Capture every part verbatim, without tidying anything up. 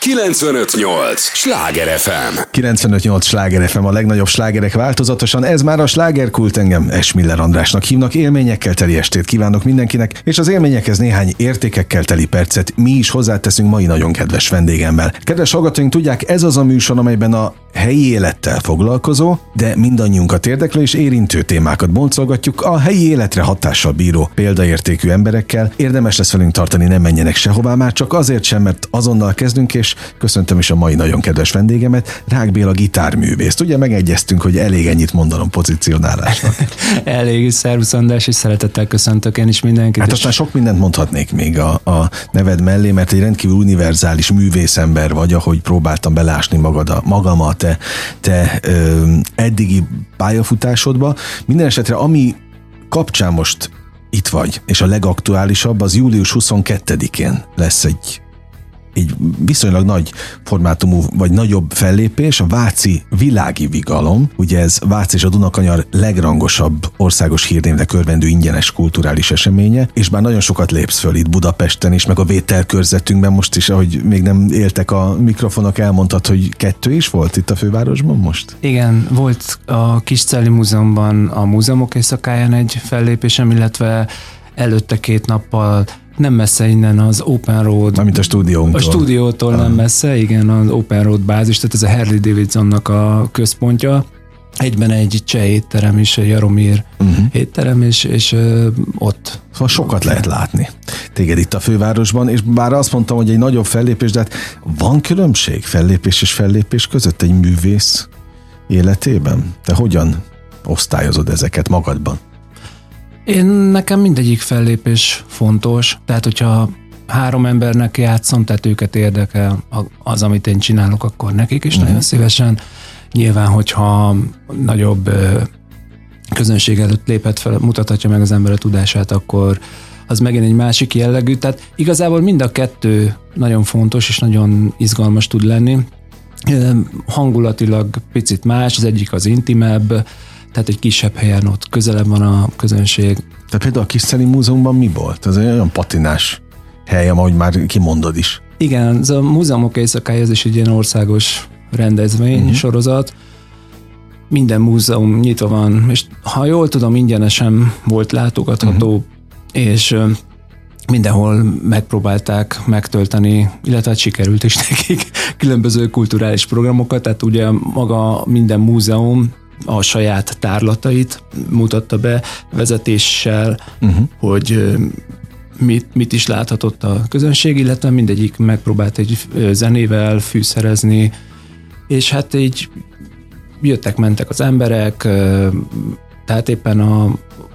kilencvenöt nyolc Sláger ef em. kilencvenöt nyolc Sláger ef em, a legnagyobb slágerek változatosan. Ez már a Slágerkult, engem Esmiller Andrásnak hívnak. Élményekkel teli estét kívánok mindenkinek, és az élményekhez néhány értékekkel teli percet mi is hozzáteszünk mai nagyon kedves vendégemmel. Kedves hallgatóink, tudják, ez az a műsor, amelyben a helyi élettel foglalkozó, de mindannyiunkat érdeklő és érintő témákat boncolgatjuk a helyi életre hatással bíró példaértékű emberekkel. Érdemes lesz velünk tartani, nem menjenek sehová, már csak azért sem, mert azonnal kezdünk, és köszöntöm is a mai nagyon kedves vendégemet, Rák Béla gitárművészt. Ugye megegyeztünk, hogy elég ennyit mondanom pozicionálásnak. Elég, szervusz András, és szeretettel köszöntök én is mindenkit. Hát aztán sok mindent mondhatnék még a, a neved mellé, mert egy rendkívül univerzális művészember vagy, ahogy próbáltam belásni magad a, magam a te, te ö, eddigi pályafutásodba. Minden esetre, ami kapcsán most itt vagy, és a legaktuálisabb, az július huszonkettedikén lesz egy egy viszonylag nagy formátumú, vagy nagyobb fellépés, a Váci Világi Vigalom. Ugye ez Vác és a Dunakanyar legrangosabb országos hírnévnek örvendő ingyenes kulturális eseménye, és bár nagyon sokat lépsz föl itt Budapesten is, meg a vételkörzetünkben most is, ahogy még nem éltek a mikrofonok, elmondtad, hogy kettő is volt itt a fővárosban most? Igen, volt a Kiscelli Múzeumban a Múzeumok éjszakáján egy fellépésem, illetve előtte két nappal nem messze innen az Open Road. Amit a stúdiónktól. A stúdiótól ah. nem messze, igen, az Open Road bázis, tehát ez a Harley Davidsonnak a központja. Egyben egy cseh étterem is, egy Jaromír uh-huh. étterem, és, és ö, ott. Szóval sokat lehet látni téged itt a fővárosban, és bár azt mondtam, hogy egy nagyobb fellépés, de hát van különbség fellépés és fellépés között egy művész életében? Te hogyan osztályozod ezeket magadban? Én nekem mindegyik fellépés fontos, tehát hogyha három embernek játszom, tehát őket érdekel az, amit én csinálok, akkor nekik is uh-huh. nagyon szívesen. Nyilván, hogyha nagyobb közönség előtt léphet fel, mutathatja meg az ember a tudását, akkor az megint egy másik jellegű. Tehát igazából mind a kettő nagyon fontos és nagyon izgalmas tud lenni. Hangulatilag picit más, az egyik az intimebb, tehát egy kisebb helyen ott közelebb van a közönség. Tehát például a Kiscelli Múzeumban mi volt? Ez egy olyan patinás hely, ahogy már kimondod is. Igen, ez a Múzeumok éjszakája, ez is egy ilyen országos rendezvény, uh-huh. sorozat. Minden múzeum nyitva van, és ha jól tudom, ingyenesen volt látogatható, uh-huh. és mindenhol megpróbálták megtölteni, illetve hát sikerült is nekik különböző kulturális programokat, tehát ugye maga minden múzeum a saját tárlatait mutatta be vezetéssel, uh-huh. hogy mit, mit is láthatott a közönség, illetve mindegyik megpróbált egy zenével fűszerezni, és hát így jöttek-mentek az emberek, tehát éppen a,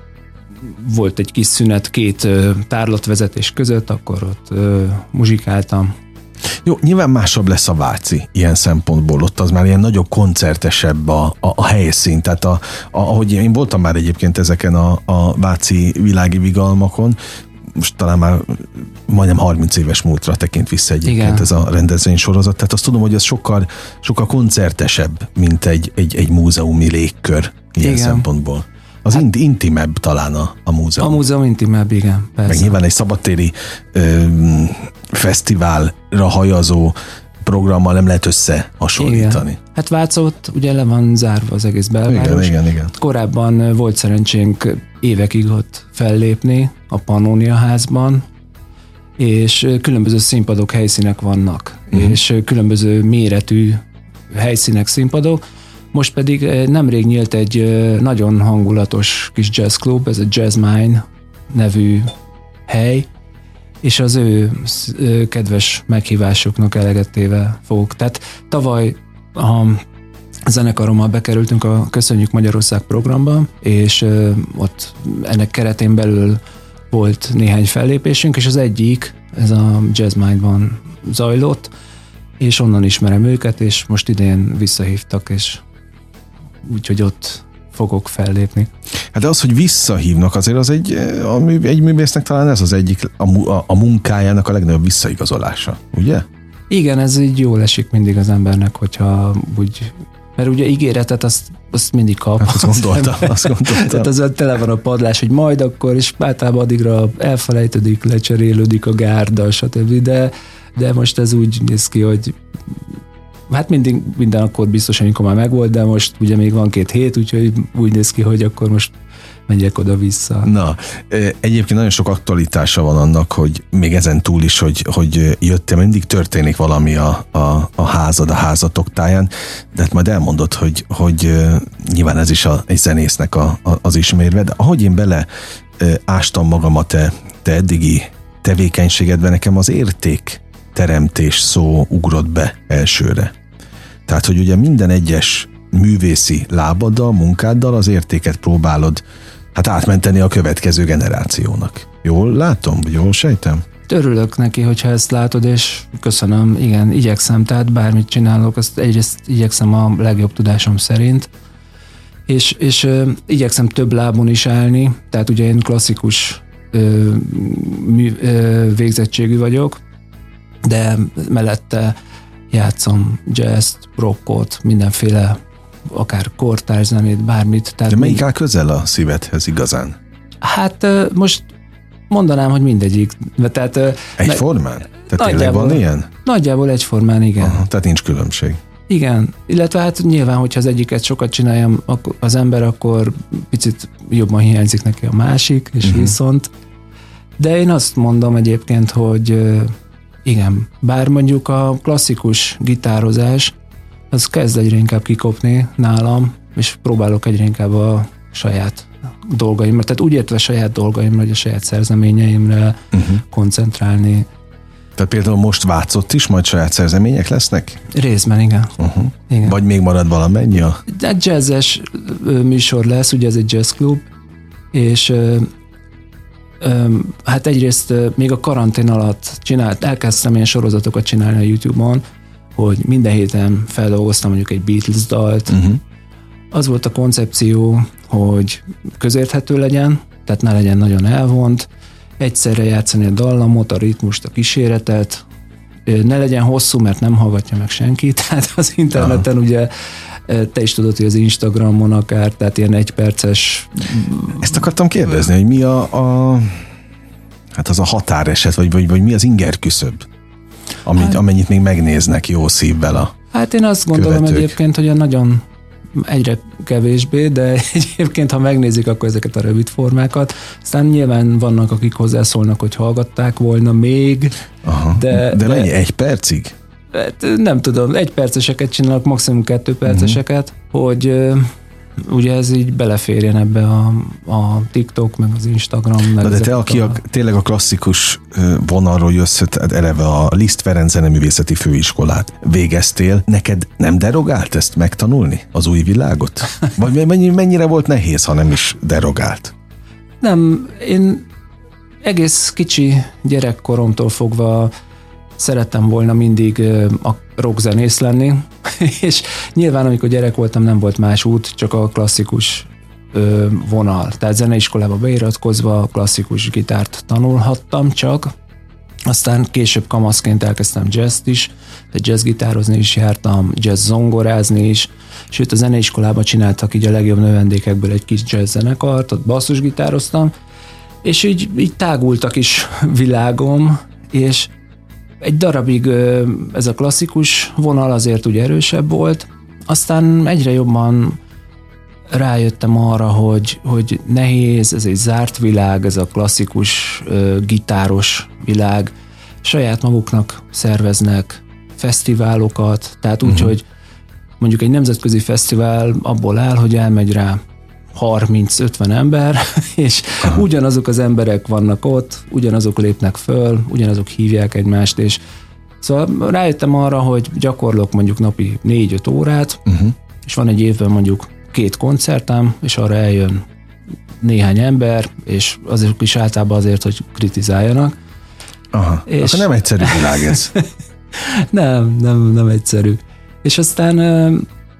volt egy kis szünet két tárlatvezetés között, akkor ott muzsikáltam. Jó, nyilván másabb lesz a Váci ilyen szempontból, ott az már ilyen nagyobb koncertesebb a, a, a helyszín, tehát a, a, ahogy én voltam már egyébként ezeken a, a Váci Világi Vigalmakon, most talán már majdnem harminc éves múltra tekint vissza egyébként igen. ez a rendezvény sorozat, tehát azt tudom, hogy ez sokkal, sokkal koncertesebb, mint egy, egy, egy múzeumi légkör ilyen igen. szempontból. Az hát, intimebb talán a, a múzeum. A múzeum intimebb, igen, persze. Meg nyilván egy szabadtéri ö, fesztiválra hajazó programmal nem lehet összehasonlítani. Igen. Hát Vácot ugye le van zárva az egész belváros. Igen, igen, igen. Korábban volt szerencsénk évekig ott fellépni a Pannónia házban, és különböző színpadok, helyszínek vannak, uh-huh. és különböző méretű helyszínek, színpadok. Most pedig nemrég nyílt egy nagyon hangulatos kis jazzklub, ez a Jazz Mine nevű hely, és az ő kedves meghívásoknak elegettével fogok. Tehát tavaly a zenekarommal bekerültünk a Köszönjük Magyarország programba, és ott ennek keretén belül volt néhány fellépésünk, és az egyik, ez a Jazz Mine-ban zajlott, és onnan ismerem őket, és most idén visszahívtak, és úgyhogy ott fogok fellépni. Hát de az, hogy visszahívnak, azért az egy, a mű, egy művésznek talán ez az egyik a, a, a munkájának a legnagyobb visszaigazolása, ugye? Igen, ez így jól esik mindig az embernek, hogyha úgy, mert ugye ígéretet azt, azt mindig kap. Hát azt gondoltam, az azt gondoltam. Tehát az tele van a padlás, hogy majd akkor, és általában addigra elfelejtődik, lecserélődik a gárda, stb. De de most ez úgy néz ki, hogy hát mindig, minden akkor biztos, amikor már megvolt, de most ugye még van két hét, úgyhogy úgy néz ki, hogy akkor most megyek oda-vissza. Na, egyébként nagyon sok aktualitása van annak, hogy még ezen túl is, hogy, hogy jöttél, mindig történik valami a, a, a házad, a házatok táján, de hát majd elmondod, hogy, hogy nyilván ez is a, egy zenésznek a, a, az ismérve, de ahogy én bele ástam magam a te, te eddigi tevékenységedben, nekem az értékteremtés szó ugrott be elsőre. Tehát, hogy ugye minden egyes művészi lábaddal, munkáddal az értéket próbálod hát átmenteni a következő generációnak. Jól látom? Jól sejtem? Örülök neki, hogyha ezt látod, és köszönöm, igen, igyekszem, tehát bármit csinálok, azt egyrészt igyekszem a legjobb tudásom szerint, és, és ö, igyekszem több lábon is állni, tehát ugye én klasszikus ö, mű, ö, végzettségű vagyok, de mellette játszom jazzt, rockot, mindenféle, akár kortárs zenét, bármit. Tehát de melyik áll közel a szívedhez igazán? Hát most mondanám, hogy mindegyik. Tehát, egyformán? Tehát tényleg van ilyen? Nagyjából egyformán, igen. Aha, tehát nincs különbség. Igen, illetve hát nyilván, hogyha az egyiket sokat csináljam az ember, akkor picit jobban hiányzik neki a másik, és uh-huh. viszont. De én azt mondom egyébként, hogy igen, bár mondjuk a klasszikus gitározás, az kezd egyre inkább kikopni nálam, és próbálok egyre inkább a saját dolgaimra, tehát úgy értve saját dolgaimra, hogy a saját szerzeményeimre uh-huh. koncentrálni. Tehát például most Vácott is majd saját szerzemények lesznek? Részben, igen. Uh-huh. igen. Vagy még marad valamennyi a... De jazzes műsor lesz, ugye ez egy jazzklub, és ö, ö, hát egyrészt ö, még a karantén alatt csinált, elkezdtem ilyen sorozatokat csinálni a YouTube-on, hogy minden héten feldolgoztam mondjuk egy Beatles dalt. Uh-huh. Az volt a koncepció, hogy közérthető legyen, tehát ne legyen nagyon elvont, egyszerre játszani a dallamot, a ritmust, a kíséretet, ne legyen hosszú, mert nem hallgatja meg senki, tehát az interneten Aha. ugye te is tudod, hogy az Instagramon akár, tehát ilyen egyperces... Ezt akartam kérdezni, hogy mi a, a hát az a határeset, vagy, vagy, vagy mi az inger küszöb, amit, hát, amennyit még megnéznek jó szívvel a Hát én azt gondolom követők. Egyébként, hogy a nagyon egyre kevésbé, de egyébként, ha megnézik, akkor ezeket a rövid formákat. Aztán nyilván vannak, akik hozzászólnak, hogy hallgatták volna még. Aha. De, de mennyi? Egy percig? Nem tudom, egy perceseket csinálok, maximum kettő perceseket, uh-huh. hogy uh, ugye ez így beleférjen ebbe a, a TikTok, meg az Instagram. Meg Na de te, aki a, a, tényleg a klasszikus vonalról jössz, eleve a Liszt Ferenc Zeneművészeti Főiskolát végeztél, neked nem derogált ezt megtanulni, az új világot? Vagy mennyi, mennyire volt nehéz, ha nem is derogált? Nem, én egész kicsi gyerekkoromtól fogva szerettem volna mindig a rockzenész lenni, és nyilván amikor gyerek voltam, nem volt más út, csak a klasszikus ö, vonal. Tehát zeneiskolába beiratkozva klasszikus gitárt tanulhattam csak, aztán később kamaszként elkezdtem jazzt is, tehát jazzgitározni is jártam, jazz zongorázni is, sőt a zeneiskolában csináltak így a legjobb növendékekből egy kis jazz zenekart, ott basszusgitároztam, és így, így tágultak is világom, és egy darabig ez a klasszikus vonal azért ugye erősebb volt, aztán egyre jobban rájöttem arra, hogy, hogy nehéz, ez egy zárt világ, ez a klasszikus gitáros világ, saját maguknak szerveznek fesztiválokat, tehát úgy, uh-huh. hogy mondjuk egy nemzetközi fesztivál abból áll, hogy elmegy rá harminc-ötven ember, és Aha. ugyanazok az emberek vannak ott, ugyanazok lépnek föl, ugyanazok hívják egymást, és szóval rájöttem arra, hogy gyakorlok mondjuk napi négy-öt órát, uh-huh. és van egy évben mondjuk két koncertem, és arra eljön néhány ember, és azok is általában azért, hogy kritizáljanak. Aha, és... akkor nem egyszerű világ ez. nem, nem, nem egyszerű. És aztán ö,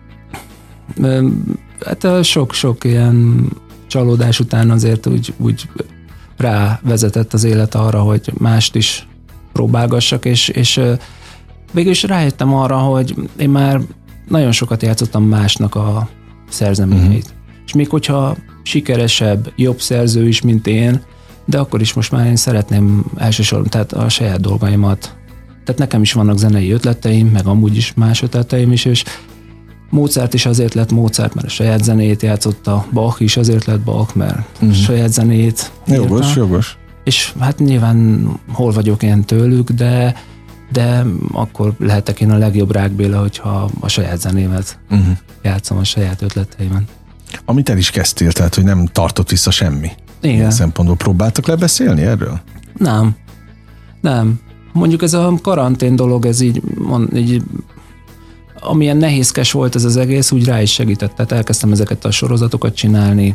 ö, hát sok-sok ilyen csalódás után azért úgy, úgy rávezetett az élet arra, hogy mást is próbálgassak, és, és végül is rájöttem arra, hogy én már nagyon sokat játszottam másnak a szerzeményeit. Uh-huh. És még hogyha sikeresebb, jobb szerző is, mint én, de akkor is most már én szeretném elsősorban, tehát a saját dolgaimat tehát nekem is vannak zenei ötleteim, meg amúgy is más ötleteim is, és Mozart is azért lett Mozart, mert a saját zenéjét játszotta, Bach is azért lett Bach, mert uh-huh. a saját zenét írta. Jogos, jogos. És hát nyilván hol vagyok én tőlük, de, de akkor lehetek én a legjobb Rák Béla, hogyha a saját zenémet uh-huh. játszom, a saját ötleteimet. Amit el is kezdtél, tehát hogy nem tartott vissza semmi. Igen. Ilyen szempontból próbáltak lebeszélni erről? Nem. Nem. Mondjuk ez a karantén dolog, ez így, így amilyen nehézkes volt ez az egész, úgy rá is segített. Tehát elkezdtem ezeket a sorozatokat csinálni,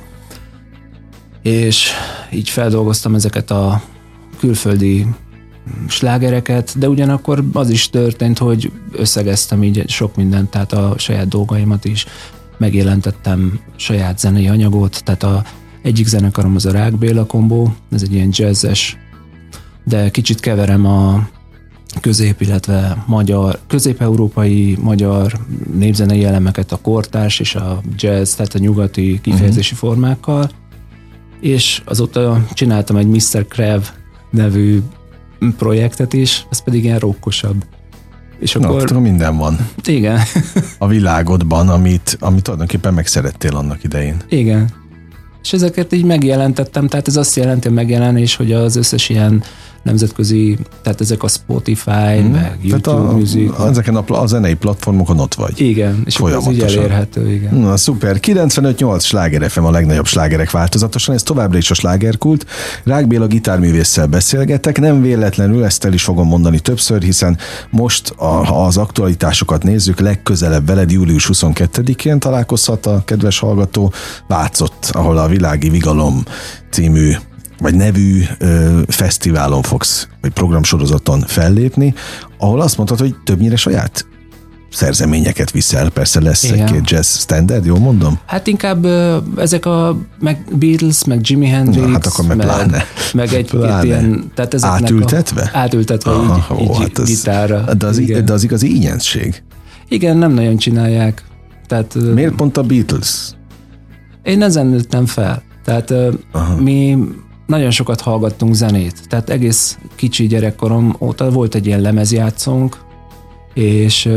és így feldolgoztam ezeket a külföldi slágereket, de ugyanakkor az is történt, hogy összegeztem így sok mindent, tehát a saját dolgaimat is, megjelentettem saját zenei anyagot, tehát a egyik zenekarom az a Rák Béla kombó, ez egy ilyen jazzes, de kicsit keverem a közép, illetve magyar, közép-európai magyar népzenei elemeket, a kortárs és a jazz, tehát a nyugati kifejezési uh-huh. formákkal, és azóta csináltam egy miszter Crab nevű projektet is, ez pedig ilyen rockosabb. És akkor... Na, minden van. Igen. A világodban, amit, amit tulajdonképpen megszerettél annak idején. Igen. És ezeket így megjelentettem, tehát ez azt jelenti a megjelenés, hogy az összes ilyen nemzetközi, tehát ezek a Spotify, hmm. meg YouTube a, Music. A, ezeken a, a zenei platformokon ott vagy. Igen, és ez így elérhető, igen. Na, szuper. kilencvenöt nyolc Sláger ef em a legnagyobb slágerek változatosan, ez továbbra is a slágerkult. Rák Béla gitárművésszel beszélgetek, nem véletlenül, ezt el is fogom mondani többször, hiszen most, a, ha az aktualitásokat nézzük, legközelebb veled július huszonkettedikén találkozhat a kedves hallgató Vácott, ahol a Világi Vigalom című vagy nevű ö, fesztiválon fogsz, vagy programsorozaton fellépni, ahol azt mondtad, hogy többnyire saját szerzeményeket viszel, persze lesz igen. egy-két jazz standard, jól mondom? Hát inkább ö, ezek a meg Beatles, meg Jimi Hendrix, na, hát akkor meg, meg, meg egy-két ilyen, tehát ezeknek átültetve? A, átültetve aha, így, ó, így hát gitárra. De az, de az igazi ígyenség. Igen, nem nagyon csinálják. Tehát, miért pont a Beatles? Én ezen nőttem fel. Tehát aha. mi nagyon sokat hallgattunk zenét, tehát egész kicsi gyerekkorom óta volt egy ilyen lemezjátszónk, és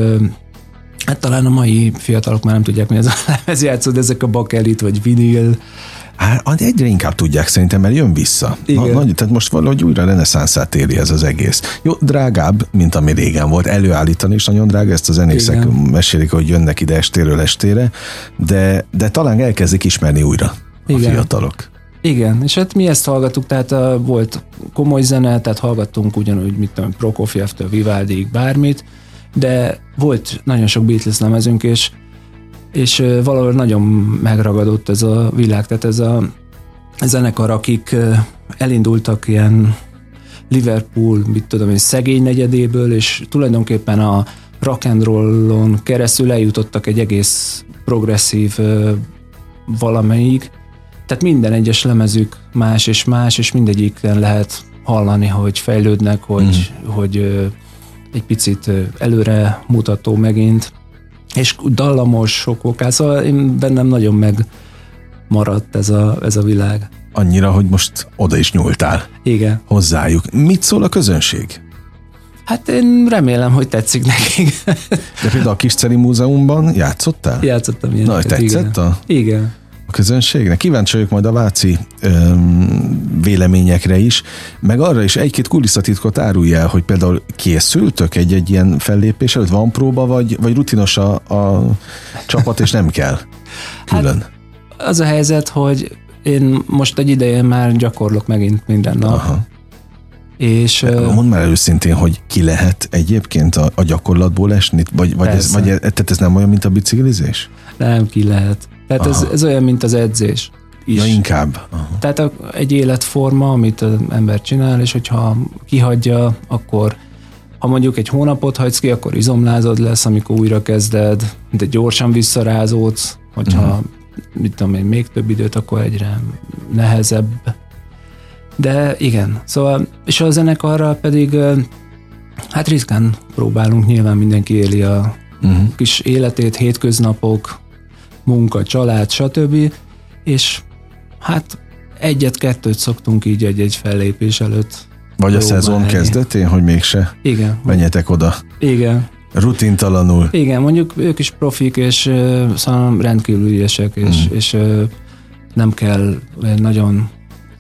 hát talán a mai fiatalok már nem tudják, mi ez a lemezjátszó, de ezek a bakelit vagy vinil. Hát egyre inkább tudják szerintem, mert jön vissza. Na, nagy, tehát most valahogy újra reneszánszát éri ez az egész. Jó, drágább, mint ami régen volt. Előállítani is nagyon drága, ezt a zenészek igen. mesélik, hogy jönnek ide estéről estére, de, de talán elkezdik ismerni újra a igen. fiatalok. Igen, és hát mi ezt hallgattuk, tehát uh, volt komoly zene, tehát hallgattunk ugyanúgy, mit tudom, Prokofjevtől, Vivaldiig, bármit, de volt nagyon sok Beatles lemezünk, és, és uh, valahol nagyon megragadott ez a világ, tehát ez a zenekar, akik uh, elindultak ilyen Liverpool, mit tudom én, szegény negyedéből, és tulajdonképpen a rock and rollon keresztül eljutottak egy egész progresszív uh, valamelyik. Tehát minden egyes lemezük más és más, és mindegyiken lehet hallani, hogy fejlődnek, hogy, mm. hogy ö, egy picit ö, előre mutató megint, és dallamos, sok vokál, szóval én bennem nagyon megmaradt ez a, ez a világ. Annyira, hogy most oda is nyúltál. Igen. Hozzájuk. Mit szól a közönség? Hát én remélem, hogy tetszik nekik. De például a Kisceli Múzeumban játszottál? Játszottam ilyeneket. Na, tetszett igen. a... Igen. a közönségnek. Kíváncsi vagyok majd a váci öm, véleményekre is, meg arra is egy-két kulisszatitkot árulj el, hogy például készültök egy-egy ilyen fellépés előtt, van próba, vagy, vagy rutinos a, a csapat, és nem kell külön? Hát az a helyzet, hogy én most egy ideje már gyakorlok megint minden nap. Aha. És, mondd már őszintén, hogy ki lehet egyébként a, a gyakorlatból esni? Vagy, vagy, ez, vagy ez, tehát ez nem olyan, mint a biciklizés? Nem, ki lehet. Tehát ez, ez olyan, mint az edzés is. Ja, inkább. Aha. Tehát a, egy életforma, amit az ember csinál, és hogyha kihagyja, akkor ha mondjuk egy hónapot hagysz ki, akkor izomlázad lesz, amikor újra kezded, de gyorsan visszarázódsz, hogyha uh-huh. mit tudom én, még több időt, akkor egyre nehezebb. De igen, szóval, és a zenekarral pedig hát ritkán próbálunk, nyilván mindenki éli a uh-huh. kis életét, hétköznapok, munka, család, stb. És hát egyet-kettőt szoktunk így egy-egy fellépés előtt Vagy a szezon kezdetén, hogy mégse Igen. menjetek oda. Igen. Rutintalanul. Igen, mondjuk ők is profik, és uh, szóval rendkívül ügyesek, és, mm. és uh, nem kell nagyon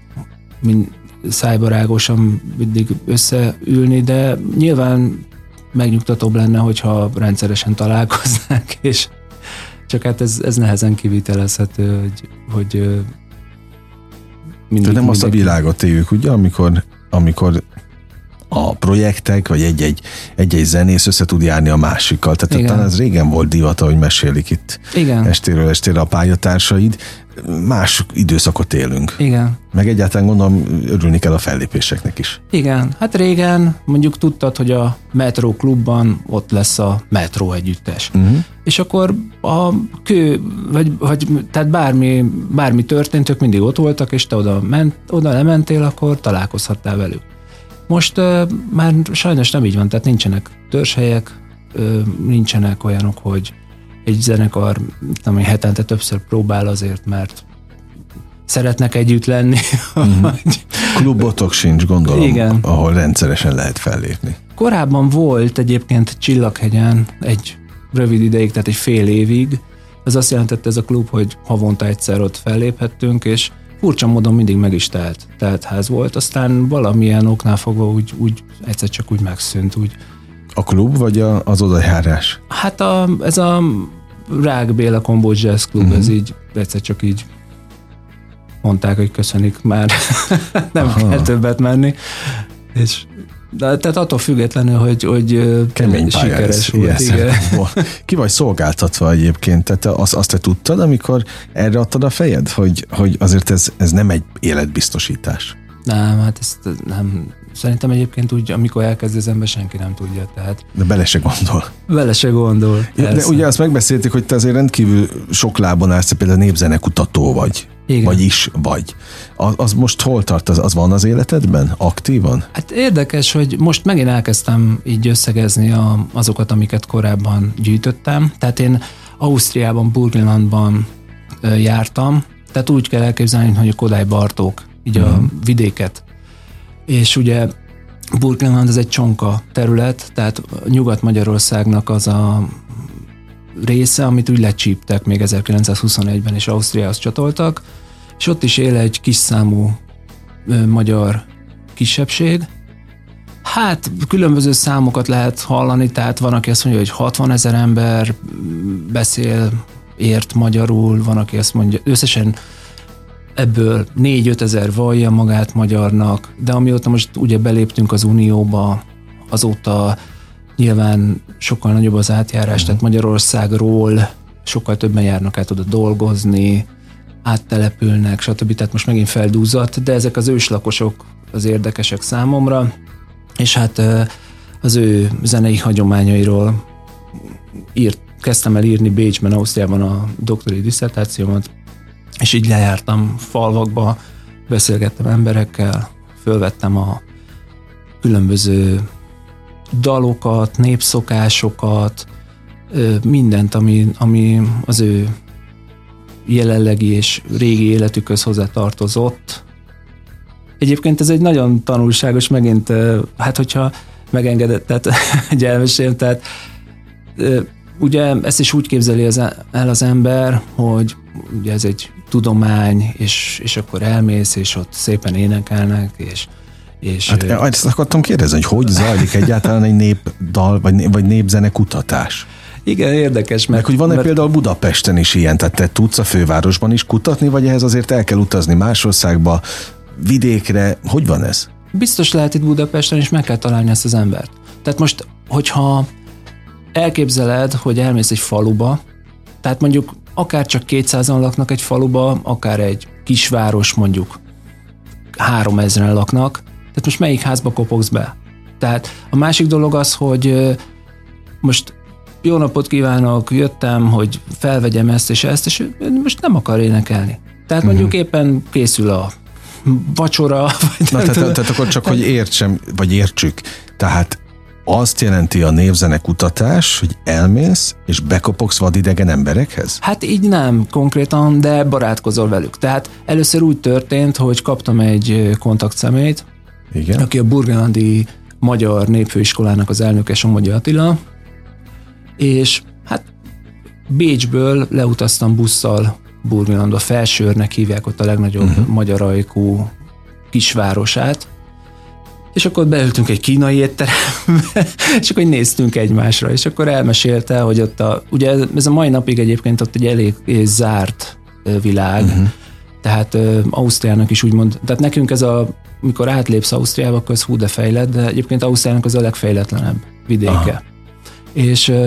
min, szájbarágosan mindig összeülni, de nyilván megnyugtatóbb lenne, hogyha rendszeresen találkoznánk, és csak hát ez, ez nehezen kivitelezhető, hogy, hogy uh, mindig... De nem azt a mindig... világot éljük, ugye, amikor, amikor a projektek, vagy egy-egy, egy-egy zenész össze tud járni a másikkal. Tehát talán ez régen volt divata, hogy mesélik itt Igen. estéről estére a pályatársaid. Más időszakot élünk. Igen. Meg egyáltalán gondolom örülni kell a fellépéseknek is. Igen. Hát régen mondjuk tudtad, hogy a Metro klubban ott lesz a Metro együttes. Uh-huh. És akkor a kő, vagy, vagy tehát bármi, bármi történt, ők mindig ott voltak, és te oda, ment, oda lementél, akkor találkozhattál velük. Most uh, már sajnos nem így van, tehát nincsenek törzshelyek, uh, nincsenek olyanok, hogy egy zenekar ami hetente többször próbál azért, mert szeretnek együtt lenni. Mm-hmm. Klubotok sincs, gondolom, Igen. ahol rendszeresen lehet fellépni. Korábban volt egyébként Csillaghegyen egy rövid ideig, tehát egy fél évig. Ez azt jelentette ez a klub, hogy havonta egyszer ott felléphettünk, és furcsa módon mindig meg is telt, telt ház volt, aztán valamilyen oknál fogva úgy, úgy egyszer csak úgy megszűnt. Úgy. A klub, vagy a, az odajárás? Hát a, ez a Rák Béla Combo Jazz Club, uh-huh. ez így egyszer csak így mondták, hogy köszönik, már nem Aha. kell többet menni. És, de, tehát attól függetlenül, hogy, hogy kemény sikeres volt. Igen. Ki vagy szolgáltatva egyébként? Tehát azt, azt te tudtad, amikor erre adtad a fejed, hogy, hogy azért ez, ez nem egy életbiztosítás? Nem, hát ezt nem. Szerintem egyébként úgy, amikor elkezd az ember, senki nem tudja. Tehát de bele se gondol. Bele se gondol. Ja, de ugye azt megbeszéltük, hogy te azért rendkívül sok lábon állsz, például népzenekutató vagy. Igen. Vagy is vagy. Az, az most hol tart? Az, az van az életedben? Aktívan? Hát érdekes, hogy most megint elkezdtem így összegezni a, azokat, amiket korábban gyűjtöttem. Tehát én Ausztriában, Burgenlandban jártam, tehát úgy kell elképzelni, hogy a Kodály Bartók, így mm. a vidéket. És ugye Burgenland ez egy csonka terület, tehát Nyugat-Magyarországnak az a része, amit úgy lecsíptek még ezerkilencszázhuszonegyben, és Ausztriához csatoltak, és ott is él egy kis számú ö, magyar kisebbség. Hát különböző számokat lehet hallani, tehát van, aki azt mondja, hogy hatvanezer ember beszél, ért magyarul, van, aki azt mondja, összesen ebből négy-ötezer vallja magát magyarnak, de amióta most ugye beléptünk az Unióba, azóta nyilván sokkal nagyobb az átjárás, uh-huh. tehát Magyarországról sokkal többen járnak át oda dolgozni, áttelepülnek, stb. Tehát most megint feldúzzadt, de ezek az őslakosok az érdekesek számomra, és hát az ő zenei hagyományairól írt, kezdtem el írni Bécsben, Ausztriában a doktori disszertációmat, és így lejártam falvakba, beszélgettem emberekkel, fölvettem a különböző dalokat, népszokásokat, mindent, ami, ami az ő jelenlegi és régi életükhöz hozzá tartozott. Egyébként ez egy nagyon tanulságos, megint, hát hogyha megengedett, tehát egy elmesélem, tehát ugye ezt is úgy képzeli el az ember, hogy ugye ez egy tudomány, és, és akkor elmész, és ott szépen énekelnek, és És hát ezt akartam kérdezni, hogy hogy zajlik egyáltalán egy népdal, vagy, vagy népzene kutatás? Igen, érdekes. Meg, meg hogy van-e mert... például Budapesten is ilyen, tehát te tudsz a fővárosban is kutatni, vagy ehhez azért el kell utazni más országba, vidékre, hogy van ez? Biztos lehet itt Budapesten, és meg kell találni ezt az embert. Tehát most, hogyha elképzeled, hogy elmész egy faluba, tehát mondjuk akár csak kétszázan laknak egy faluba, akár egy kisváros mondjuk háromezren laknak, tehát most melyik házba kopogsz be? Tehát a másik dolog az, hogy most jó napot kívánok, jöttem, hogy felvegyem ezt és ezt, és most nem akar énekelni. Tehát mondjuk uh-huh. éppen készül a vacsora. Vagy Na, tehát, tehát akkor csak, hogy értsem, vagy értsük. Tehát azt jelenti a névzene kutatás, hogy elmész, és bekopogsz vadidegen emberekhez? Hát így nem konkrétan, de barátkozol velük. Tehát először úgy történt, hogy kaptam egy kontaktszemélyt, Igen. aki a burgenlandi magyar népfőiskolának az elnöke, Somogyi Attila, és hát Bécsből leutaztam busszal Burgenlandba, Felsőrnek hívják ott a legnagyobb uh-huh. magyar ajkú kisvárosát, és akkor beültünk egy kínai étterembe, és akkor néztünk egymásra, és akkor elmesélte, hogy ott a, ugye ez a mai napig egyébként ott egy elég zárt világ, uh-huh. tehát uh, Ausztriának is úgymond, tehát nekünk ez a, mikor átlépsz Ausztriába, akkor ez hú de fejlett, de egyébként Ausztriának az a legfejletlenebb vidéke. Aha. És uh,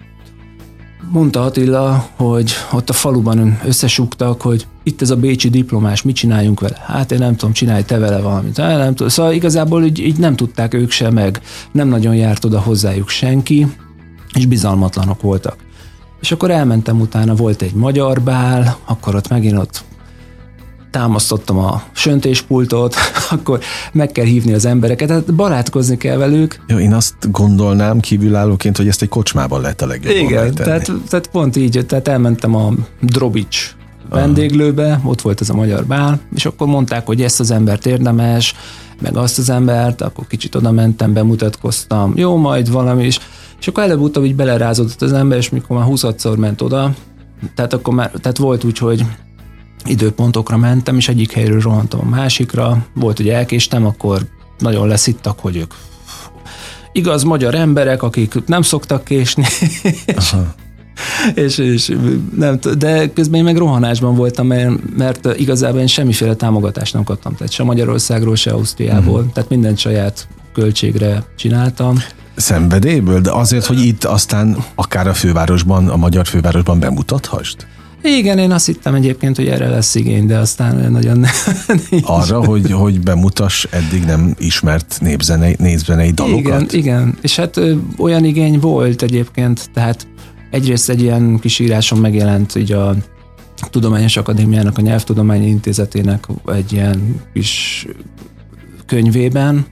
mondta Attila, hogy ott a faluban összesúgtak, hogy itt ez a bécsi diplomás, mit csináljunk vele? Hát én nem tudom, csinálj te vele valamit. Hát nem tudom. Szóval igazából így, így nem tudták ők se, meg nem nagyon járt oda hozzájuk senki, és bizalmatlanok voltak. És akkor elmentem utána, volt egy magyar bál, akkor ott megint ott támasztottam a söntéspultot, akkor meg kell hívni az embereket, tehát barátkozni kell velük. Jó, én azt gondolnám kívülállóként, hogy ezt egy kocsmában lehet a legjobban Igen, tehát, tehát pont így, tehát elmentem a Drobics vendéglőbe, ott volt ez a magyar bál, és akkor mondták, hogy ezt az embert érdemes, meg azt az embert, akkor kicsit oda mentem, bemutatkoztam, jó, majd valami is, és akkor előbb-utóbb így belerázódott az ember, és mikor már huszadszor ment oda, tehát akkor már, tehát volt úgy, hogy időpontokra mentem, és egyik helyről rohantam a másikra, volt, hogy elkéstem, akkor nagyon leszittak, hogy ők igaz magyar emberek, akik nem szoktak késni, és, és, és nem, de közben én meg rohanásban voltam, mert, mert igazából én semmiféle támogatást nem kaptam, tehát se Magyarországról, se Ausztriából, uh-huh. tehát mindent saját költségre csináltam. Szenvedélyből, de azért, hogy itt aztán akár a fővárosban, a magyar fővárosban bemutathasd? Igen, én azt hittem egyébként, hogy erre lesz igény, de aztán nagyon nem. Arra, hogy, hogy bemutass eddig nem ismert népzenei, népzenei dalokat? Igen, igen, és hát ö, olyan igény volt egyébként, tehát egyrészt egy ilyen kis íráson megjelent így a Tudományos Akadémiának, a Nyelvtudományi Intézetének egy ilyen kis könyvében,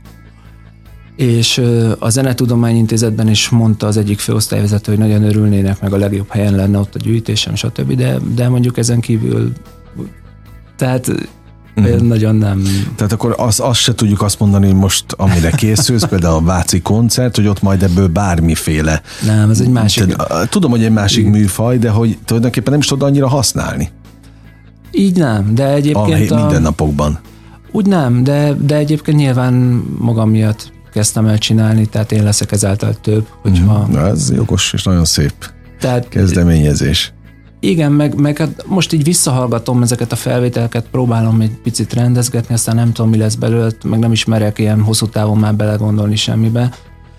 és a Zenetudományi Intézetben is mondta az egyik főosztályvezető, hogy nagyon örülnének, meg a legjobb helyen lenne ott a gyűjtésem, stb., de, de mondjuk ezen kívül, tehát mm. nagyon nem... Tehát akkor azt az se tudjuk azt mondani, hogy most amire készülsz, például a Váci koncert, hogy ott majd ebből bármiféle... Nem, ez egy másik... Tehát, tudom, hogy egy másik mm. műfaj, de hogy tulajdonképpen nem is tudod annyira használni. Így nem, de egyébként... A mindennapokban. Úgy nem, de, de egyébként nyilván magam miatt kezdtem el csinálni, tehát én leszek ezáltal több, hogyha... Na, ez jogos és nagyon szép tehát, kezdeményezés. Igen, meg, meg most így visszahallgatom ezeket a felvételeket, próbálom egy picit rendezgetni, aztán nem tudom, mi lesz belőle, meg nem ismerek ilyen hosszú távon már belegondolni semmibe,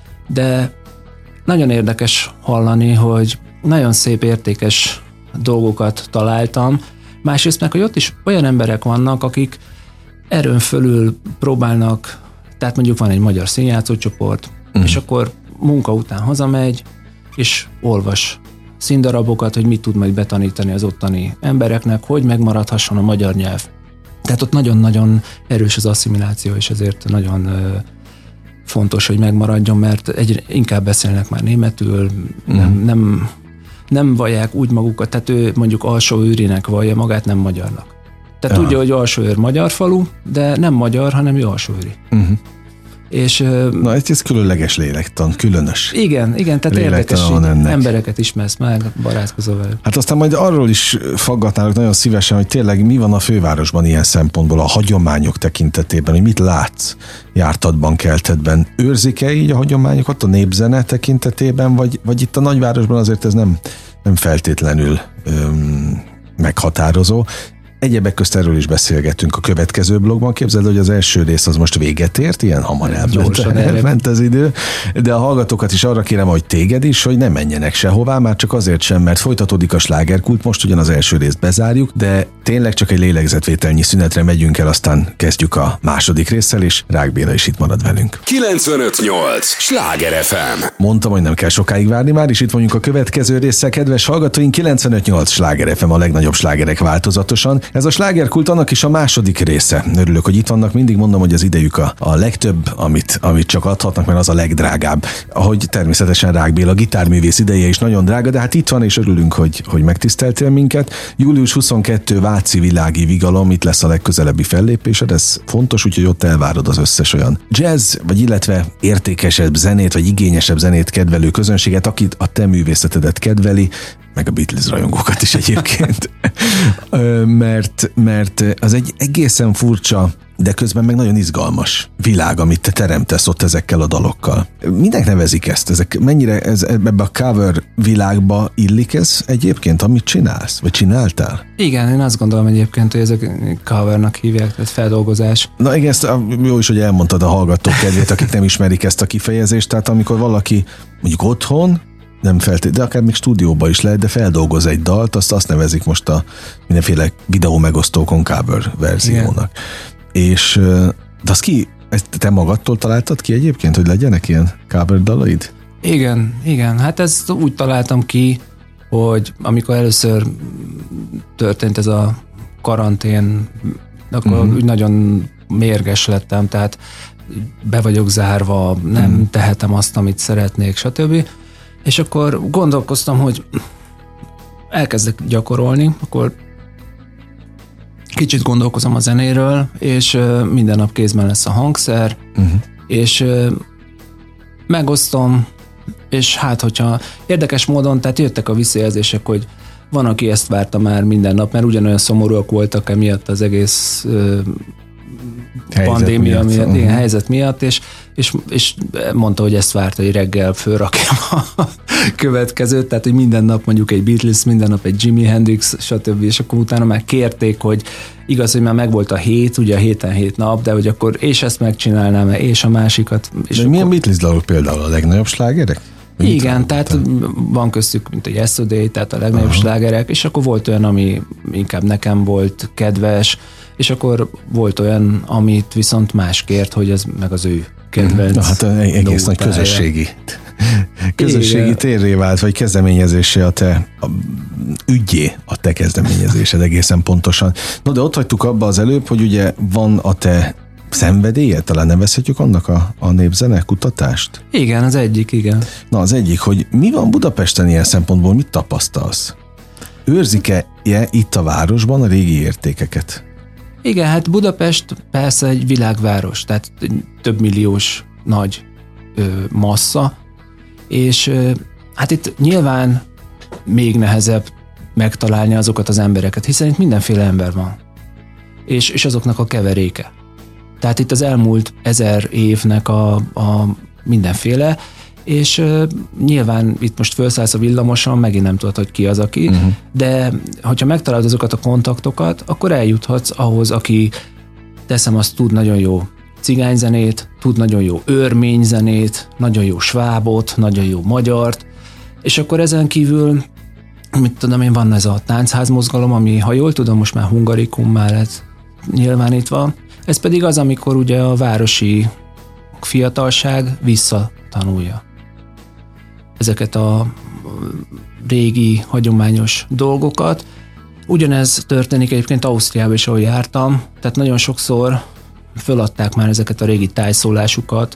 de nagyon érdekes hallani, hogy nagyon szép, értékes dolgokat találtam. Másrészt meg, hogy ott is olyan emberek vannak, akik erőn fölül próbálnak. Tehát mondjuk van egy magyar színjátszócsoport, uh-huh. és akkor munka után hazamegy, és olvas színdarabokat, hogy mit tud majd betanítani az ottani embereknek, hogy megmaradhasson a magyar nyelv. Tehát ott nagyon-nagyon erős az asszimiláció, és ezért nagyon ö, fontos, hogy megmaradjon, mert egyre inkább beszélnek már németül, uh-huh. nem, nem, nem vallják úgy magukat, tehát ő mondjuk Alsóőrinek vallja magát, nem magyarnak. Tehát ja. tudja, hogy Alsóőr magyar falu, de nem magyar, hanem ő alsóőri. Uh-huh. És, na, ez, ez különleges lélektan, különös. Igen, igen, tehát érdekes, embereket ismersz meg, barátkozol velük. Hát aztán majd arról is faggatnálok nagyon szívesen, hogy tényleg mi van a fővárosban ilyen szempontból, a hagyományok tekintetében, hogy mit látsz jártatban, keltetben. Őrzik-e így a hagyományokat a népzene tekintetében, vagy, vagy itt a nagyvárosban azért ez nem, nem feltétlenül öm, meghatározó. Egyebek közt erről is beszélgettünk a következő blogban. Képzeld, hogy az első rész az most véget ért, ilyen hamar elment, elment az idő, de a hallgatókat is arra kérem, hogy téged is, hogy ne menjenek sehová, már csak azért sem, mert folytatódik a slágerkult, most ugyan az első részt bezárjuk, de tényleg csak egy lélegzetvételnyi szünetre megyünk el, aztán kezdjük a második résszel, és Rák Béla is itt marad velünk. kilencvenöt nyolc Sláger ef em. Mondtam, hogy nem kell sokáig várni, már is itt vagyunk a következő résszel, kedves hallgatóink, kilencvenöt nyolc Sláger ef em, a legnagyobb slágerek változatosan. Ez a slágerkult annak is a második része. Örülök, hogy itt vannak, mindig mondom, hogy az idejük a, a legtöbb, amit, amit csak adhatnak, mert az a legdrágább. Ahogy természetesen Rák Béla gitárművész ideje is nagyon drága, de hát itt van, és örülünk, hogy, hogy megtiszteltél minket. július huszonkettő váci világi vigalom, itt lesz a legközelebbi fellépésed, ez fontos, úgyhogy ott elvárod az összes olyan jazz, vagy illetve értékesebb zenét, vagy igényesebb zenét kedvelő közönséget, akit a te művészetedet kedveli, meg a Beatles rajongókat is egyébként. mert, mert az egy egészen furcsa, de közben meg nagyon izgalmas világ, amit te teremtesz ott ezekkel a dalokkal. Minek nevezik ezt? Ezek mennyire ez, ebbe a cover világba illik ez egyébként, amit csinálsz? Vagy csináltál? Igen, én azt gondolom egyébként, hogy ezek covernak hívják, tehát feldolgozás. Na igen, ezt jó is, hogy elmondtad a hallgatók kedvét, akik nem ismerik ezt a kifejezést, tehát amikor valaki mondjuk otthon, nem feltétlenül, de akár még stúdióban is lehet, de feldolgoz egy dalt, azt, azt nevezik most a mindenféle videó megosztókon cover verziónak. Igen. És de azt ki, ezt te magadtól találtad ki egyébként, hogy legyenek ilyen cover dalaid? Igen, igen. Hát ezt úgy találtam ki, hogy amikor először történt ez a karantén, akkor uh-huh. úgy nagyon mérges lettem, tehát be vagyok zárva, nem uh-huh. tehetem azt, amit szeretnék, stb. És akkor gondolkoztam, hogy elkezdek gyakorolni, akkor kicsit gondolkozom a zenéről, és minden nap kézben lesz a hangszer, uh-huh. és megosztom, és hát, hogyha érdekes módon, tehát jöttek a visszajelzések, hogy van, aki ezt várta már minden nap, mert ugyanolyan szomorúak voltak emiatt az egész helyzet pandémia miatt, miatt uh-huh. igen, helyzet miatt, és, és, és mondta, hogy ezt várta, hogy reggel fölrakjam a következőt, tehát, hogy minden nap mondjuk egy Beatles, minden nap egy Jimi Hendrix, stb. És akkor utána már kérték, hogy igaz, hogy már megvolt a hét, ugye a héten hét nap, de hogy akkor és ezt megcsinálnám, és a másikat. És de akkor... milyen Beatles dalok például a legnagyobb slágerek? Mint igen, tehát van köztük, mint a Yesterday, tehát a legnagyobb uh-huh. slágerek, és akkor volt olyan, ami inkább nekem volt kedves, és akkor volt olyan, amit viszont más kért, hogy ez meg az ő kedvenc. Na hát egész nagy közösségi közösségi térré vált, vagy kezdeményezésé a te a, ügyé a te kezdeményezésed egészen pontosan. Na de ott hagytuk abba az előbb, hogy ugye van a te szenvedélye, talán nevezhetjük annak a, a népzene kutatást? Igen, az egyik, igen. Na az egyik, hogy mi van Budapesten ilyen szempontból, mit tapasztalsz? Őrzik-e itt a városban a régi értékeket? Igen, hát Budapest persze egy világváros, tehát több milliós nagy ö, massza, és ö, hát itt nyilván még nehezebb megtalálni azokat az embereket, hiszen itt mindenféle ember van, és, és azoknak a keveréke. Tehát itt az elmúlt ezer évnek a, a mindenféle, és uh, nyilván itt most felszállsz a villamoson, megint nem tudod, hogy ki az, aki, uh-huh. de hogyha megtalálod azokat a kontaktokat, akkor eljuthatsz ahhoz, aki, teszem azt, tud nagyon jó cigányzenét, tud nagyon jó örményzenét, nagyon jó svábot, nagyon jó magyart, és akkor ezen kívül, mit tudom én, van ez a táncházmozgalom, ami, ha jól tudom, most már hungarikum mellett nyilvánítva. Ez pedig az, amikor ugye a városi fiatalság visszatanulja ezeket a régi, hagyományos dolgokat. Ugyanez történik egyébként Ausztriában is, ahol jártam, tehát nagyon sokszor föladták már ezeket a régi tájszólásukat,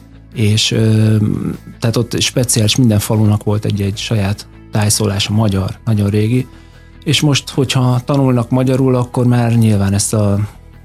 és tehát ott speciális minden falunak volt egy-egy saját tájszólása, magyar, nagyon régi, és most, hogyha tanulnak magyarul, akkor már nyilván ezt a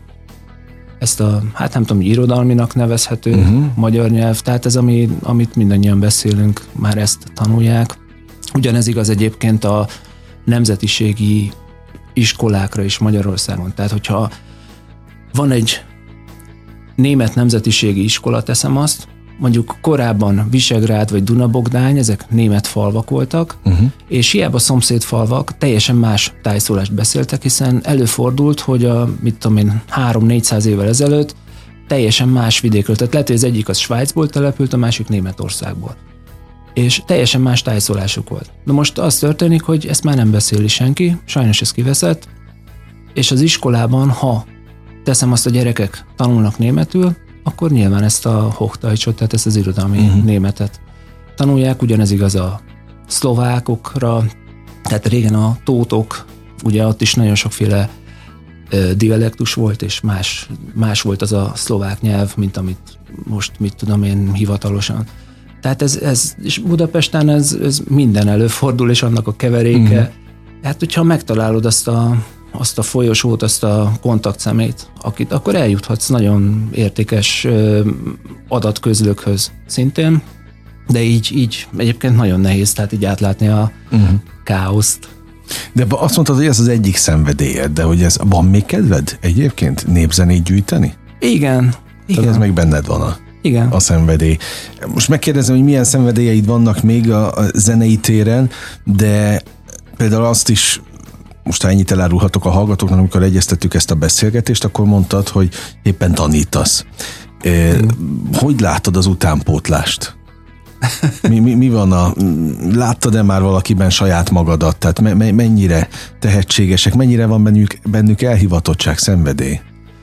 ezt a, hát nem tudom, irodalminak nevezhető uh-huh. magyar nyelv, tehát ez, ami, amit mindannyian beszélünk, már ezt tanulják. Ugyanez igaz egyébként a nemzetiségi iskolákra is Magyarországon. Tehát, hogyha van egy német nemzetiségi iskola, teszem azt, mondjuk korábban Visegrád vagy Duna-Bogdány, ezek német falvak voltak, uh-huh. és hiába szomszédfalvak teljesen más tájszólást beszéltek, hiszen előfordult, hogy a, mit tudom én, három-négyszáz évvel ezelőtt teljesen más vidékről, tehát lehet, hogy az egyik az Svájcból települt, a másik Németországból. És teljesen más tájszólásuk volt. De most az történik, hogy ezt már nem beszéli senki, sajnos ez kiveszett, és az iskolában, ha teszem azt, a gyerekek tanulnak németül, akkor nyilván ezt a Hochdeutschot, tehát ezt az irodalmi uh-huh. németet tanulják, ugyanez igaz a szlovákokra, tehát régen a tótok, ugye ott is nagyon sokféle ö, dialektus volt, és más, más volt az a szlovák nyelv, mint amit most, mit tudom én, hivatalosan. Tehát ez, ez és Budapesten ez, ez minden előfordul, és annak a keveréke. Uh-huh. Hát, hogyha megtalálod azt a azt a folyosót, azt a kontaktszemét, akit akkor eljuthatsz nagyon értékes adatközlőkhöz szintén, de így, így egyébként nagyon nehéz, tehát így átlátni a uh-huh. káoszt. De azt mondtad, hogy ez az egyik szenvedélyed, de hogy ez, van még kedved egyébként népzenét gyűjteni? Igen. Igen. Tehát ez még benned van a, Igen. a szenvedély. Most megkérdezem, hogy milyen szenvedélyeid vannak még a, a zenei téren, de például azt is, most ha ennyit elárulhatok a hallgatóknak, amikor egyeztettük ezt a beszélgetést, akkor mondtad, hogy éppen tanítasz. Mm. Hogy látod az utánpótlást? Mi, mi, mi van a... Láttad-e már valakiben saját magadat? Tehát me, mennyire tehetségesek, mennyire van bennük, bennük elhivatottság, szenvedély?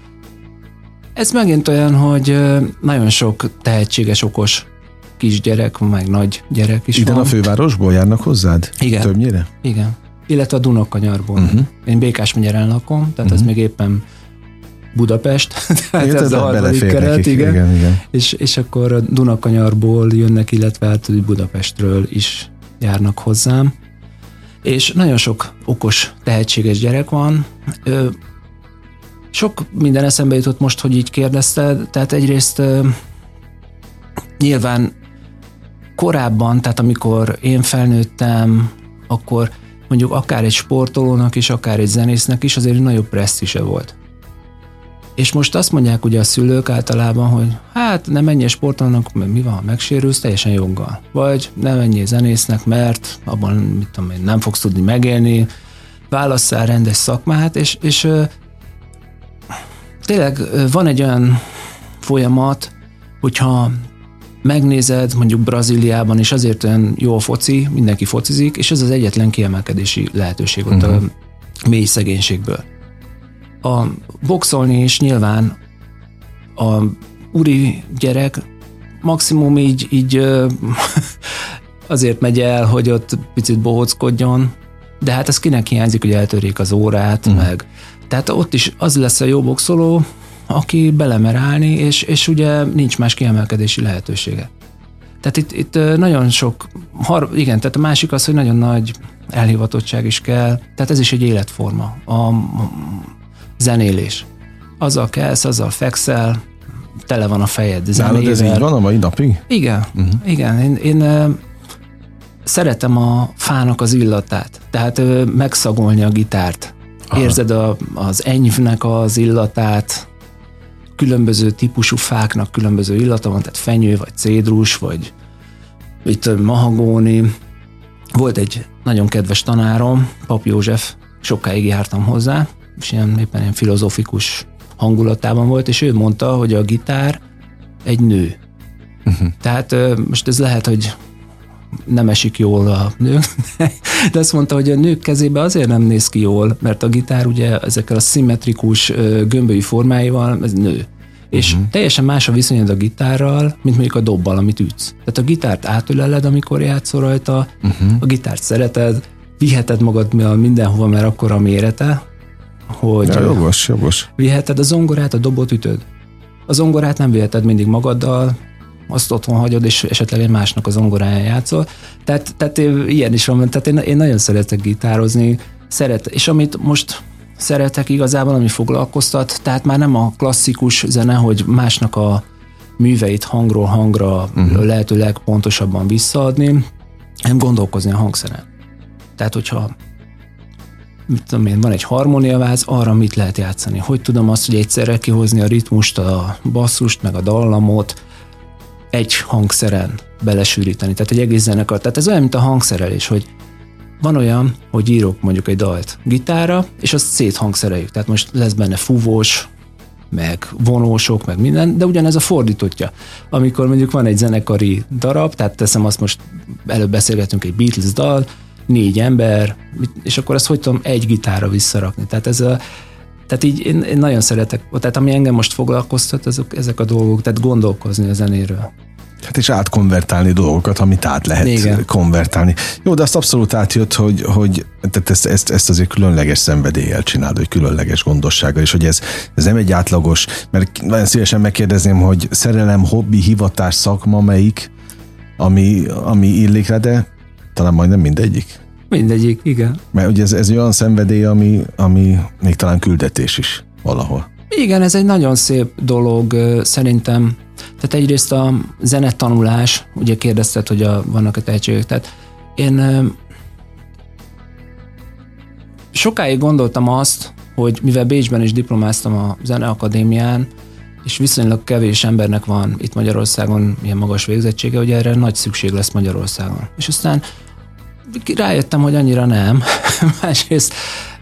Ez megint olyan, hogy nagyon sok tehetséges, okos kisgyerek, meg nagy gyerek is Ide van. A fővárosból járnak hozzád? Igen. Többnyire? Igen. Illetve a Dunakanyarból. Uh-huh. Én Békás megyeren lakom, tehát uh-huh. ez még éppen Budapest, tehát igen, ez a harmadik keret, igen. Igen, igen. És, és akkor a Dunakanyarból jönnek, illetve hát Budapestről is járnak hozzám. És nagyon sok okos, tehetséges gyerek van. Ö, sok minden eszembe jutott most, hogy így kérdezted, tehát egyrészt ö, nyilván korábban, tehát amikor én felnőttem, akkor mondjuk akár egy sportolónak is, akár egy zenésznek is azért nagyobb presztízse volt. És most azt mondják ugye a szülők általában, hogy hát nem menjél sportolónak, mert mi van, ha megsérülsz, teljesen joggal. Vagy nem menjél zenésznek, mert abban mit tudom én, nem fogsz tudni megélni, válasszál rendes szakmát, és, és ö, tényleg ö, van egy olyan folyamat, hogyha megnézed, mondjuk Brazíliában is azért olyan jó a foci, mindenki focizik, és ez az egyetlen kiemelkedési lehetőség ott uh-huh. a mély szegénységből. A boxolni is nyilván a uri gyerek maximum így, így azért megy el, hogy ott picit bohóckodjon, de hát ez kinek hiányzik, hogy eltörjék az órát, uh-huh. meg. Tehát ott is az lesz a jó boxoló, aki belemer állni, és, és ugye nincs más kiemelkedési lehetősége. Tehát itt, itt nagyon sok, har, igen, tehát a másik az, hogy nagyon nagy elhivatottság is kell, tehát ez is egy életforma, a, a zenélés. Azzal kelsz, azzal fekszel, tele van a fejed zenével. Nálad ez így van a mai napig? Igen, uh-huh. igen. Én, én szeretem a fának az illatát, tehát megszagolni a gitárt. Aha. Érzed a, az enyvnek az illatát, különböző típusú fáknak különböző illata van, tehát fenyő, vagy cédrus, vagy itt mahagóni. Volt egy nagyon kedves tanárom, Pap József, sokáig jártam hozzá, és ilyen, éppen ilyen filozófikus hangulatában volt, és ő mondta, hogy a gitár egy nő. Uh-huh. Tehát most ez lehet, hogy nem esik jól a nők, de azt mondta, hogy a nők kezébe azért nem néz ki jól, mert a gitár ugye ezekkel a szimmetrikus gömbölyű formáival, ez nő. Uh-huh. És teljesen más a viszonyod a gitárral, mint mondjuk a dobbal, amit ütsz. Tehát a gitárt átöleled, amikor játszol rajta, uh-huh. a gitárt szereted, viheted magad mindenhova, mert akkor a mérete, hogy ja, jogos, jogos. Viheted a zongorát, a dobot ütöd. A zongorát nem viheted mindig magaddal, azt otthon hagyod, és esetleg egy másnak a zongoráján játszol. Tehát, tehát ilyen is van, tehát én, én nagyon szeretek gitározni, szeret, és amit most szeretek igazából, ami foglalkoztat, tehát már nem a klasszikus zene, hogy másnak a műveit hangról hangra uh-huh. lehetőleg pontosabban visszaadni, hanem gondolkozni a hangszeren. Tehát, hogyha mit tudom én, van egy harmóniaváz, arra mit lehet játszani? Hogy tudom azt, hogy egyszerre kihozni a ritmust, a basszust, meg a dallamot, egy hangszeren belesűríteni, tehát egy egész zenekar. Tehát ez olyan, mint a hangszerelés, hogy van olyan, hogy írok mondjuk egy dalt gitárra, és azt széthangszereljük. Tehát most lesz benne fúvós, meg vonósok, meg minden, de ugyanez a fordítottja. Amikor mondjuk van egy zenekari darab, tehát teszem azt, most előbb beszélgetünk egy Beatles dal, négy ember, és akkor ezt hogy tudom egy gitárra visszarakni. Tehát ez a Tehát így én, én nagyon szeretek, tehát ami engem most foglalkoztat, azok, ezek a dolgok, tehát gondolkozni a zenéről. Hát és átkonvertálni dolgokat, amit át lehet Igen. konvertálni. Jó, de azt abszolút átjött, hogy, hogy tehát ezt, ezt, ezt azért különleges szenvedéllyel csinálod, hogy különleges gondossággal, és hogy ez, ez nem egy átlagos, mert nagyon szívesen megkérdezném, hogy szerelem, hobbi, hivatás, szakma melyik, ami, ami illik rá, de talán majdnem mindegyik. Mindegyik, igen. Mert ugye ez, ez olyan szenvedély, ami, ami még talán küldetés is valahol. Igen, ez egy nagyon szép dolog szerintem. Tehát egyrészt a zenetanulás, ugye kérdezted, hogy a, vannak-e tehetségek, tehát én sokáig gondoltam azt, hogy mivel Bécsben is diplomáztam a Zeneakadémián, és viszonylag kevés embernek van itt Magyarországon ilyen magas végzettsége, hogy erre nagy szükség lesz Magyarországon. És aztán rájöttem, hogy annyira nem. Másrészt,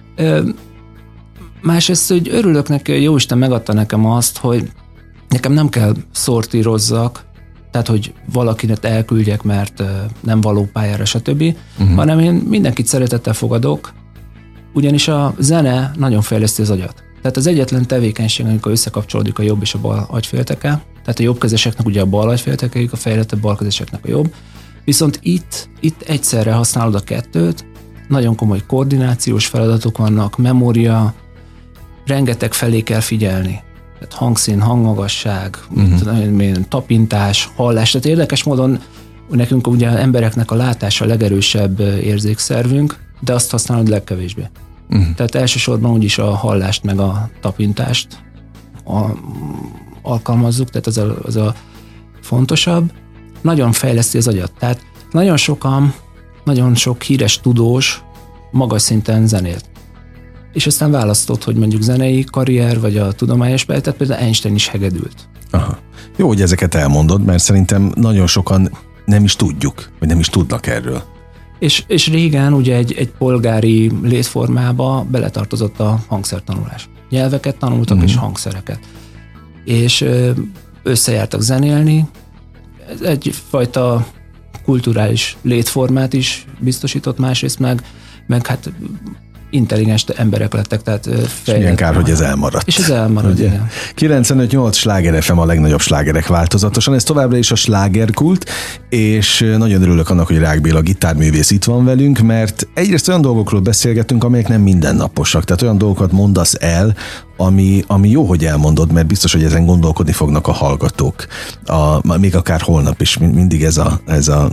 másrészt, hogy örülök neki, hogy Jóisten megadta nekem azt, hogy nekem nem kell szortírozzak, tehát, hogy valakinek elküldjek, mert nem való pályára, stb., uh-huh. hanem én mindenkit szeretettel fogadok, ugyanis a zene nagyon fejleszti az agyat. Tehát az egyetlen tevékenység, amikor összekapcsolódik a jobb és a bal agyfélteke, tehát a jobbkezeseknek ugye a bal agyféltekeik, a fejlettebb balkezeseknek a jobb, viszont itt, itt egyszerre használod a kettőt, nagyon komoly koordinációs feladatok vannak, memória, rengeteg felé kell figyelni. Tehát hangszín, hangmagasság, uh-huh. tapintás, hallás. Tehát érdekes módon nekünk ugye embereknek a látása a legerősebb érzékszervünk, de azt használod legkevésbé. Uh-huh. Tehát elsősorban úgyis a hallást meg a tapintást a, alkalmazzuk, tehát az a, az a fontosabb. Nagyon fejleszti az agyat. Tehát nagyon sokan, nagyon sok híres tudós magas szinten zenélt. És aztán választott, hogy mondjuk zenei karrier, vagy a tudományos pályát, tehát például Einstein is hegedült. Aha. Jó, hogy ezeket elmondod, mert szerintem nagyon sokan nem is tudjuk, vagy nem is tudnak erről. És, és régen ugye egy, egy polgári létformába beletartozott a hangszertanulás. Nyelveket tanultak uh-huh. és hangszereket. És összejártak zenélni, ez egyfajta kulturális létformát is biztosított, másrészt meg, meg hát intelligens emberek lettek, tehát fejlett. Igen, kár, hogy ez elmaradt. És ez elmaradt, igen. kilencvenöt nyolc Sláger ef em a legnagyobb slágerek változatosan, ez továbbra is a slágerkult, és nagyon örülök annak, hogy Rák Béla gitárművész itt van velünk, mert egyrészt olyan dolgokról beszélgetünk, amelyek nem mindennaposak, tehát olyan dolgokat mondasz el, ami, ami jó, hogy elmondod, mert biztos, hogy ezen gondolkodni fognak a hallgatók. A, még akár holnap is, mindig ez a, ez a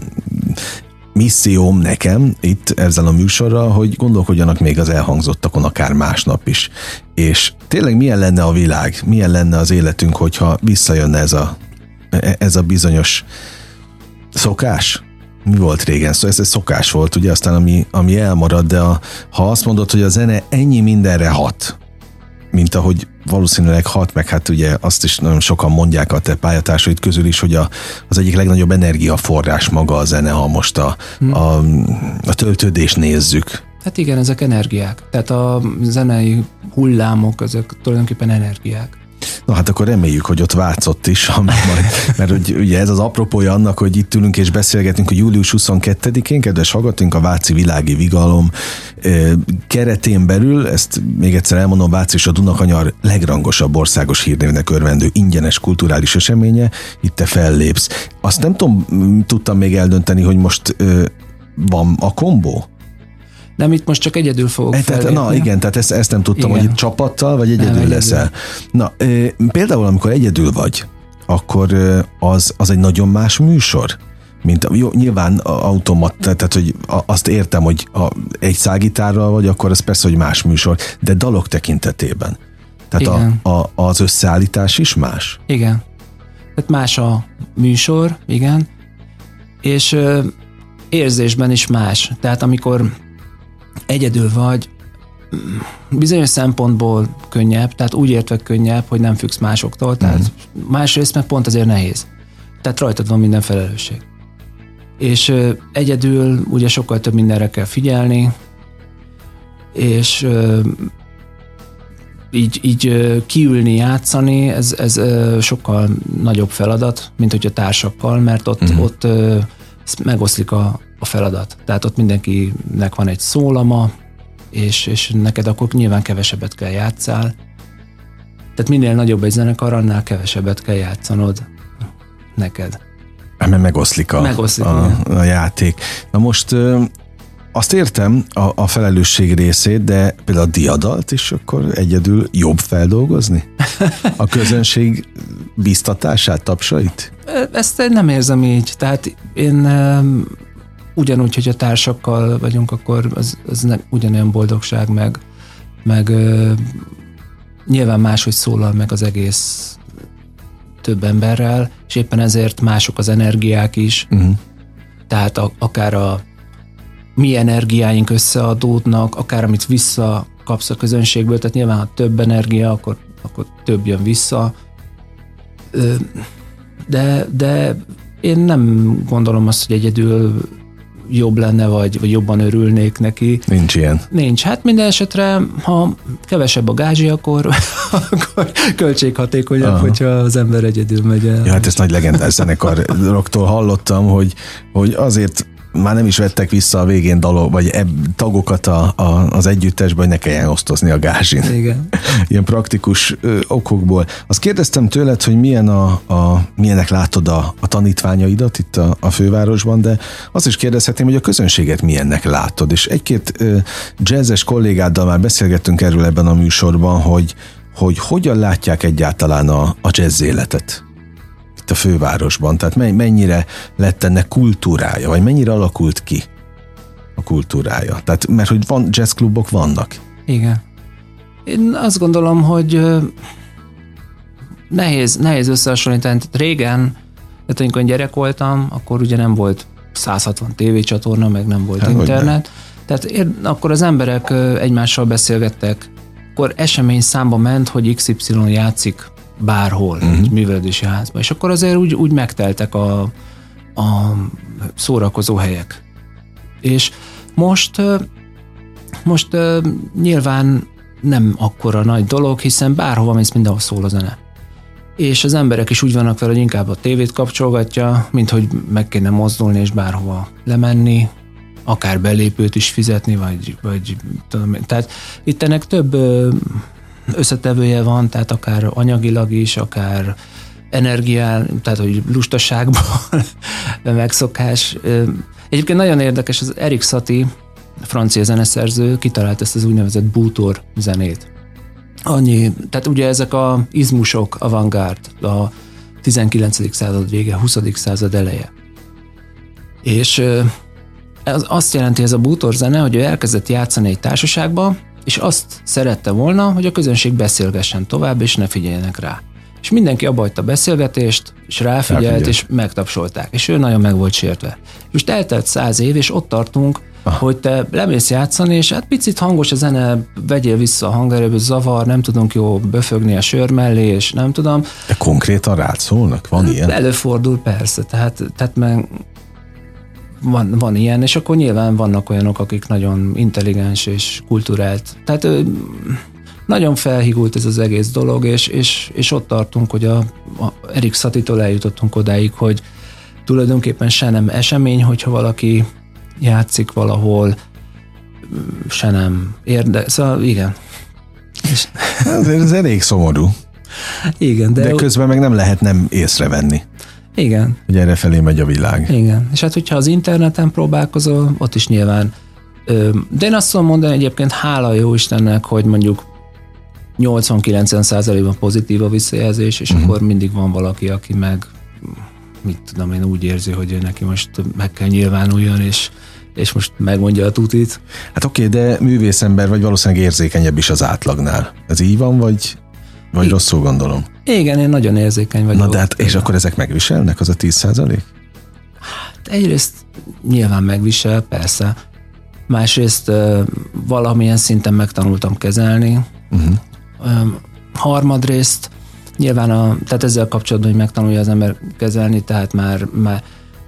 misszióm nekem itt ezzel a műsorral, hogy gondolkodjanak még az elhangzottakon akár másnap is. És tényleg milyen lenne a világ, milyen lenne az életünk, hogyha visszajönne ez a, ez a bizonyos szokás? Mi volt régen? Szóval ez egy szokás volt, ugye aztán ami, ami elmarad, de a, ha azt mondod, hogy a zene ennyi mindenre hat, mint ahogy valószínűleg hat, meg hát ugye azt is nagyon sokan mondják a te pályatársaid közül is, hogy a, az egyik legnagyobb energiaforrás maga a zene, ha most a, hmm. a, a töltődést nézzük. Hát igen, ezek energiák. Tehát a zenei hullámok, ezek tulajdonképpen energiák. Na hát akkor reméljük, hogy ott Vácott is, majd, mert hogy ugye ez az apropója annak, hogy itt ülünk és beszélgetünk, hogy július huszonkettedikén, kedves hallgatóink, a Váci Világi Vigalom keretén belül, ezt még egyszer elmondom, Váci és a Dunakanyar legrangosabb országos hírnévnek örvendő ingyenes kulturális eseménye, itt te fellépsz. Azt nem tudom, tudtam még eldönteni, hogy most van a kombó? Nem, itt most csak egyedül fogok e, fellépni. Na igen, tehát ezt, ezt nem tudtam, igen. Hogy itt csapattal, vagy egyedül, egyedül leszel. Na, e, például amikor egyedül vagy, akkor az, az egy nagyon más műsor, mint jó, nyilván automat, tehát hogy azt értem, hogy a, egy szágitárral vagy, akkor az persze, hogy más műsor, de dalok tekintetében. Tehát a, a, az összeállítás is más? Igen. Tehát más a műsor, igen, és ö, érzésben is más. Tehát amikor egyedül vagy, bizonyos szempontból könnyebb, tehát úgy értve könnyebb, hogy nem függsz másoktól, tehát mm. másrészt meg pont azért nehéz. Tehát rajtad van minden felelősség. És ö, egyedül ugye sokkal több mindenre kell figyelni, és ö, így, így ö, kiülni, játszani, ez, ez ö, sokkal nagyobb feladat, mint hogyha társakkal, mert ott, mm. ott ö, megoszlik a a feladat. Tehát ott mindenkinek van egy szólama, és, és neked akkor nyilván kevesebbet kell játszál. Tehát minél nagyobb egy zenekar, annál kevesebbet kell játszanod neked. Mert megoszlik a, megoszlik, a, a játék. Na most ö, azt értem a, a felelősség részét, de például a diadalt is akkor egyedül jobb feldolgozni? A közönség biztatását, tapsait? Ezt én nem érzem így. Tehát én ugyanúgy, hogy a társakkal vagyunk, akkor az, az ne, ugyanolyan boldogság, meg, meg ö, nyilván máshogy szólal meg az egész több emberrel, és éppen ezért mások az energiák is, uh-huh. tehát a, akár a mi energiáink összeadódnak, akár amit visszakapsz a közönségből, tehát nyilván ha több energia, akkor, akkor több jön vissza, de, de én nem gondolom azt, hogy egyedül jobb lenne, vagy, vagy jobban örülnék neki. Nincs ilyen. Nincs. Hát minden esetre, ha kevesebb a gázsi, akkor, akkor költséghatékonyabb, aha. hogyha az ember egyedül megy el. Ja, hát ezt nagy legendás zenekaroktól hallottam, hogy, hogy azért már nem is vettek vissza a végén dalok, vagy eb, tagokat a, a, az együttesbe, hogy ne kelljen osztozni a gázsin. Igen. Ilyen praktikus ö, okokból. Azt kérdeztem tőled, hogy milyen a, a, milyenek látod a, a tanítványaidat itt a, a fővárosban, de azt is kérdezhetném, hogy a közönséget milyennek látod, és egy-két ö, jazzes kollégáddal már beszélgettünk erről ebben a műsorban, hogy, hogy hogyan látják egyáltalán a, a jazz életet a fővárosban, tehát mennyire lett ennek kultúrája, vagy mennyire alakult ki a kultúrája. Tehát, mert hogy van, jazzklubok vannak. Igen. Én azt gondolom, hogy nehéz, nehéz összehasonlítani. Tehát régen, tehát amikor gyerek voltam, akkor ugye nem volt száz hatvan tévécsatorna, meg nem volt hát, internet. Tehát ér, akkor az emberek egymással beszélgettek, akkor esemény számba ment, hogy iksz ipszilon játszik bárhol, uh-huh. egy művelődési házban. És akkor azért úgy, úgy megteltek a, a szórakozó helyek. És most, most nyilván nem akkora nagy dolog, hiszen bárhova mész, mindenhol szól a zene. És az emberek is úgy vannak vele, hogy inkább a tévét kapcsolgatja, mint hogy meg kéne mozdulni és bárhova lemenni, akár belépőt is fizetni, vagy, vagy tudom, tehát itt ennek több összetevője van, tehát akár anyagilag is, akár energiál, tehát hogy lustaságban, megszokás. Egyébként nagyon érdekes, az Erik Satie, francia zeneszerző, kitalált ezt az úgynevezett bútor zenét. Annyi, tehát ugye ezek a izmusok, avantgárd, a tizenkilencedik század vége, huszadik század eleje. És ez azt jelenti ez a bútor zene, hogy ő elkezdett játszani egy társaságba, és azt szerette volna, hogy a közönség beszélgessen tovább, és ne figyeljenek rá. És mindenki abba hagyta a beszélgetést, és ráfigyelt, Ráfigyel. és megtapsolták. És ő nagyon meg volt sértve. Most eltelt száz év, és ott tartunk, ah. hogy te lemész játszani, és hát picit hangos a zene, vegyél vissza a hangerőből, zavar, nem tudunk jó böfögni a sör mellé, és nem tudom. De konkrétan rád szólnak? Van ilyen? Előfordul, persze. Tehát, tehát meg Van, van ilyen, és akkor nyilván vannak olyanok, akik nagyon intelligens és kulturált. Tehát nagyon felhigult ez az egész dolog, és, és, és ott tartunk, hogy a, a Erik Satie-tól eljutottunk odáig, hogy tulajdonképpen se nem esemény, hogyha valaki játszik valahol, se nem érde. Szóval igen. És ez, ez elég szomorú. Igen, de, de közben meg nem lehet nem észrevenni. Igen. Hogy erre felé megy a világ. Igen. És hát, hogyha az interneten próbálkozol, ott is nyilván. De én azt tudom mondani egyébként, hála jó Istennek, hogy mondjuk nyolcvan-kilencven százalékban pozitív a visszajelzés, és uh-huh. akkor mindig van valaki, aki meg, mit tudom én, úgy érzi, hogy neki most meg kell nyilvánuljon, és, és most megmondja a tutit. Hát oké, okay, de művészember vagy, valószínűleg érzékenyebb is az átlagnál. Ez így van, vagy, vagy rosszul gondolom? Igen, én nagyon érzékeny vagyok. Na de hát, és akkor ezek megviselnek, az a tíz százalék? Hát egyrészt nyilván megvisel, persze. Másrészt uh, valamilyen szinten megtanultam kezelni. Uh-huh. Um, harmadrészt nyilván a, tehát ezzel kapcsolatban, hogy megtanulja az ember kezelni, tehát már, már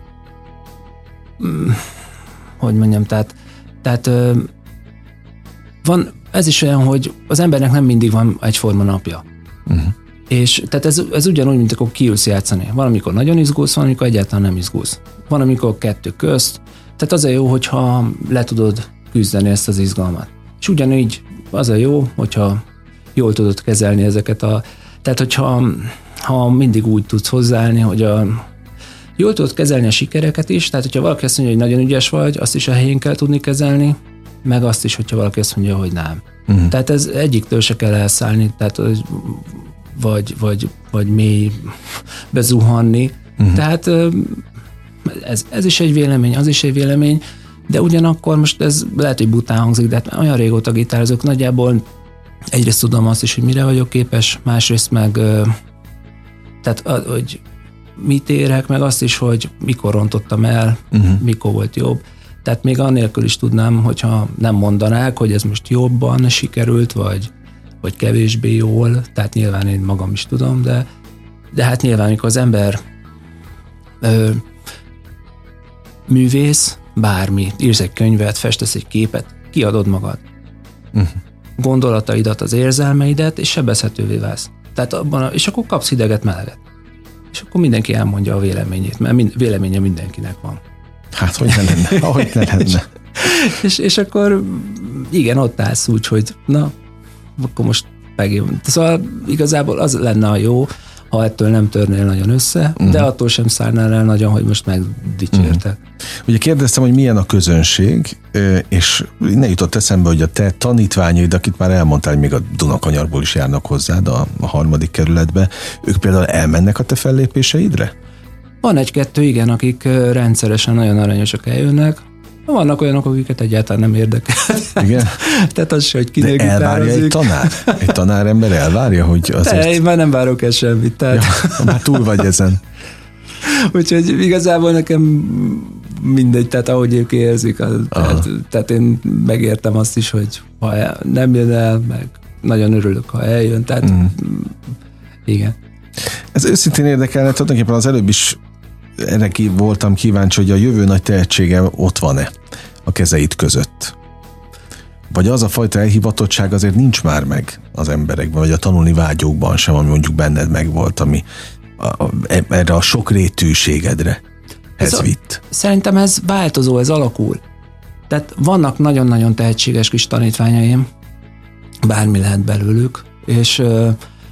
um, hogy mondjam, tehát, tehát uh, van, ez is olyan, hogy az embernek nem mindig van egyforma napja. Uh-huh. És tehát ez, ez ugyanúgy, mint akkor kiülsz játszani. Van, amikor nagyon izgulsz, van, amikor egyáltalán nem izgulsz. Van, amikor kettő közt. Tehát az a jó, hogyha le tudod küzdeni ezt az izgalmat. És ugyanígy az a jó, hogyha jól tudod kezelni ezeket a... Tehát, hogyha ha mindig úgy tudsz hozzáállni, hogy a, jól tudod kezelni a sikereket is, tehát, hogyha valaki azt mondja, hogy nagyon ügyes vagy, azt is a helyén kell tudni kezelni, meg azt is, hogyha valaki azt mondja, hogy nem. Uh-huh. Tehát ez egyiktől se kell elszállni, tehát vagy, vagy, vagy mély bezuhanni. Uh-huh. Tehát ez, ez is egy vélemény, az is egy vélemény, de ugyanakkor most ez lehet, hogy bután hangzik, de hát olyan régóta gitározok, nagyjából egyrészt tudom azt is, hogy mire vagyok képes, másrészt meg tehát, hogy mit érek, meg azt is, hogy mikor rontottam el, uh-huh. mikor volt jobb. Tehát még annélkül is tudnám, hogyha nem mondanák, hogy ez most jobban sikerült, vagy, vagy kevésbé jól, tehát nyilván én magam is tudom, de, de hát nyilván, amikor az ember ö, művész, bármi, írsz egy könyvet, festesz egy képet, kiadod magad. Uh-huh. Gondolataidat, az érzelmeidet, és sebezhetővé válsz. Tehát abban a, és akkor kapsz hideget, meleget. És akkor mindenki elmondja a véleményét, mert mind, véleménye mindenkinek van. Hát, hogy ne lenne, ahogy ne lenne. és, és, és akkor igen, ott állsz úgy, hogy na, akkor most megjön. Szóval igazából az lenne a jó, ha ettől nem törnél nagyon össze, uh-huh. de attól sem szállnál el nagyon, hogy most megdicsértek. Uh-huh. Ugye kérdeztem, hogy milyen a közönség, és ne jutott eszembe, hogy a te tanítványaid, akit már elmondtál, hogy még a Dunakanyarból is járnak hozzád a, a harmadik kerületbe, ők például elmennek a te fellépéseidre? Van egy-kettő, igen, akik rendszeresen nagyon aranyosak eljönnek. Vannak olyanok, akiket egyáltalán nem érdekel. Igen? Tehát az se, hogy kinél de elvárja egy tanár? Egy tanárember elvárja, hogy azért... De én már nem várok el semmit. Tehát... Ja, már túl vagy ezen. Úgyhogy igazából nekem mindegy, tehát ahogy ők érzik. Tehát, tehát én megértem azt is, hogy ha el, nem jön el, meg nagyon örülök, ha eljön. Tehát mm. igen. Ez őszintén érdekelne, tulajdonképpen az előbb is erre ki voltam kíváncsi, hogy a jövő nagy tehetsége ott van-e a kezeid között? Vagy az a fajta elhivatottság azért nincs már meg az emberekben, vagy a tanulni vágyókban sem, ami mondjuk benned megvolt, ami a, a, erre a sokrétűségedre ez, ez vitt? A, szerintem ez változó, ez alakul. Tehát vannak nagyon-nagyon tehetséges kis tanítványaim, bármi lehet belőlük, és euh,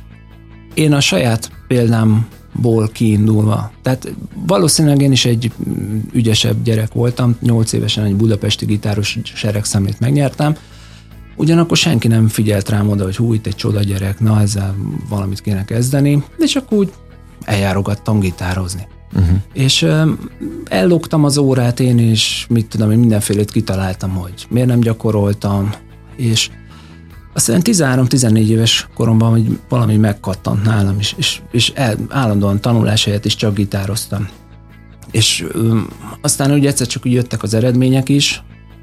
én a saját példámból kiindulva, tehát valószínűleg én is egy ügyesebb gyerek voltam, nyolc évesen egy budapesti gitáros seregszemlét megnyertem, ugyanakkor senki nem figyelt rám oda, hogy hú, itt egy csoda gyerek, na ezzel valamit kéne kezdeni, és akkor úgy eljárogattam gitározni. Uh-huh. És uh, elloptam az órát én is, mit tudom, én mindenfélét kitaláltam, hogy miért nem gyakoroltam, és aztán tizenhárom-tizennégy éves koromban hogy valami megkattant nálam, és, és, és el, állandóan tanulás helyett is csak gitároztam. És um, aztán ugye egyszer csak úgy jöttek az eredmények is,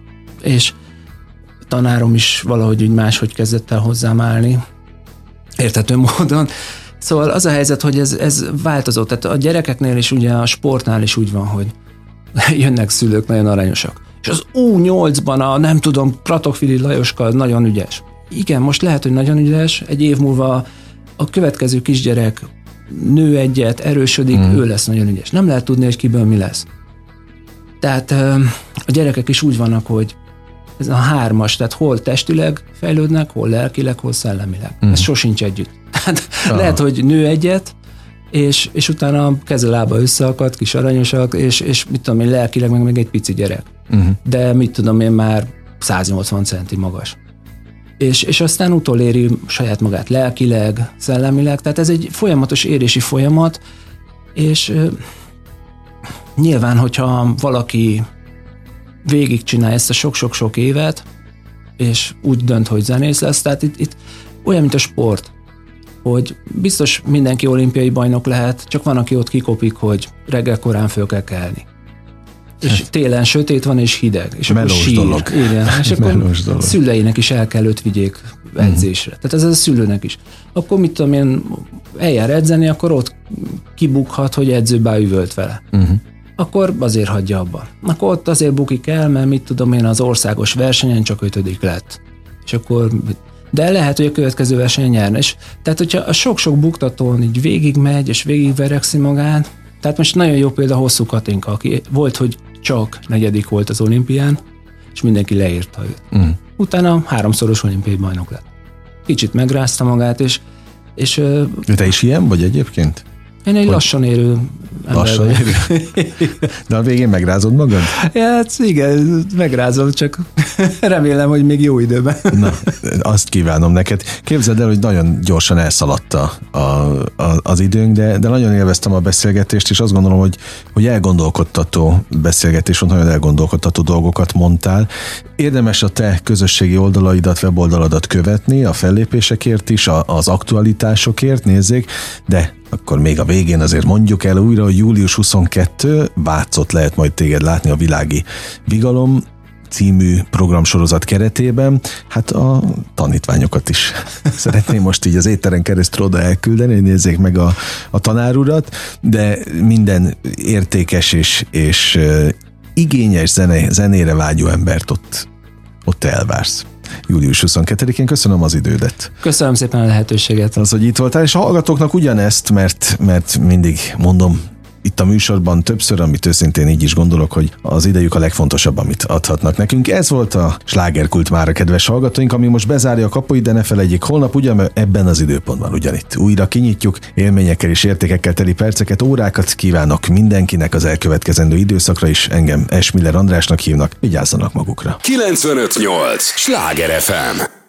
és tanárom is valahogy úgy máshogy kezdett el hozzám állni, érthető módon. Szóval az a helyzet, hogy ez, ez változó. Tehát a gyerekeknél is, ugye a sportnál is úgy van, hogy jönnek szülők nagyon aranyosak. És az U nyolcban a nem tudom, Pratokfili Lajoska az nagyon ügyes. Igen, most lehet, hogy nagyon ügyes, egy év múlva a következő kisgyerek nő egyet, erősödik, mm. ő lesz nagyon ügyes. Nem lehet tudni, hogy kiből mi lesz. Tehát a gyerekek is úgy vannak, hogy ez a hármas, tehát hol testileg fejlődnek, hol lelkileg, hol szellemileg. Mm. Ez sosincs együtt. Tehát ah. lehet, hogy nő egyet, és, és utána keze lába összeakad, kis aranyosak, és, és mit tudom én, lelkileg meg még egy pici gyerek. Mm. De mit tudom én, már száznyolcvan centi magas. És, és aztán utoléri saját magát lelkileg, szellemileg, tehát ez egy folyamatos érési folyamat, és uh, nyilván, hogyha valaki végigcsinálja ezt a sok-sok-sok évet, és úgy dönt, hogy zenész lesz, tehát itt, itt olyan, mint a sport, hogy biztos mindenki olimpiai bajnok lehet, csak van, aki ott kikopik, hogy reggel korán föl kell kelni. És télen sötét van, és hideg. És melós akkor sír. dolog. Igen. És akkor szüleinek is el kell őt vigyék edzésre. Mm. Tehát ez a szülőnek is. Akkor mit tudom én, eljár edzeni, akkor ott kibukhat, hogy edzőbe üvölt vele. Mm. Akkor azért hagyja abba. Akkor ott azért bukik el, mert mit tudom én, az országos versenyen csak ötödik lett. És akkor... De lehet, hogy a következő versenyen nyerne. És tehát, hogyha a sok-sok buktatón így végigmegy, és végigverekszi magát, tehát most nagyon jó példa Hosszú Katinka, aki volt, hogy csak negyedik volt az olimpián, és mindenki leírta őt. Mm. Utána háromszoros olimpiai bajnok lett. Kicsit megrázta magát, és... és De te is ilyen vagy egyébként? Én egy hogy... lassan érő Lassan érő? De a végén megrázod magad? Ja, hát igen, megrázom, csak remélem, hogy még jó időben. Na, azt kívánom neked. Képzeld el, hogy nagyon gyorsan elszaladt a, a, a, az időnk, de, de nagyon élveztem a beszélgetést, és azt gondolom, hogy, hogy elgondolkodtató beszélgetés volt, nagyon elgondolkodtató dolgokat mondtál. Érdemes a te közösségi oldalaidat, weboldaladat követni, a fellépésekért is, a, az aktualitásokért, nézzék, de akkor még a végén azért mondjuk el újra, hogy július huszonkettő, Vácot lehet majd téged látni a Világi Vigalom című programsorozat keretében. Hát a tanítványokat is szeretném most így az éteren keresztül oda elküldeni, hogy nézzék meg a, a tanárurat, de minden értékes és, és uh, igényes zene, zenére vágyó embert ott, ott elvársz. július huszonkettedikén. Köszönöm az idődet. Köszönöm szépen a lehetőséget. Az, hogy itt voltál, és a hallgatóknak ugyanezt, mert, mert mindig mondom itt a műsorban többször, amit őszintén így is gondolok, hogy az idejük a legfontosabb, amit adhatnak nekünk. Ez volt a Slágerkult mára, kedves hallgatóink, ami most bezárja a kapuit, de ne felejtjék, holnap ugyan ebben az időpontban ugyanitt újra kinyitjuk, élményekkel és értékekkel teli perceket, órákat kívánok mindenkinek az elkövetkezendő időszakra is. Engem Esmiller Andrásnak hívnak, vigyázzanak magukra. kilencvenöt nyolc Sláger ef em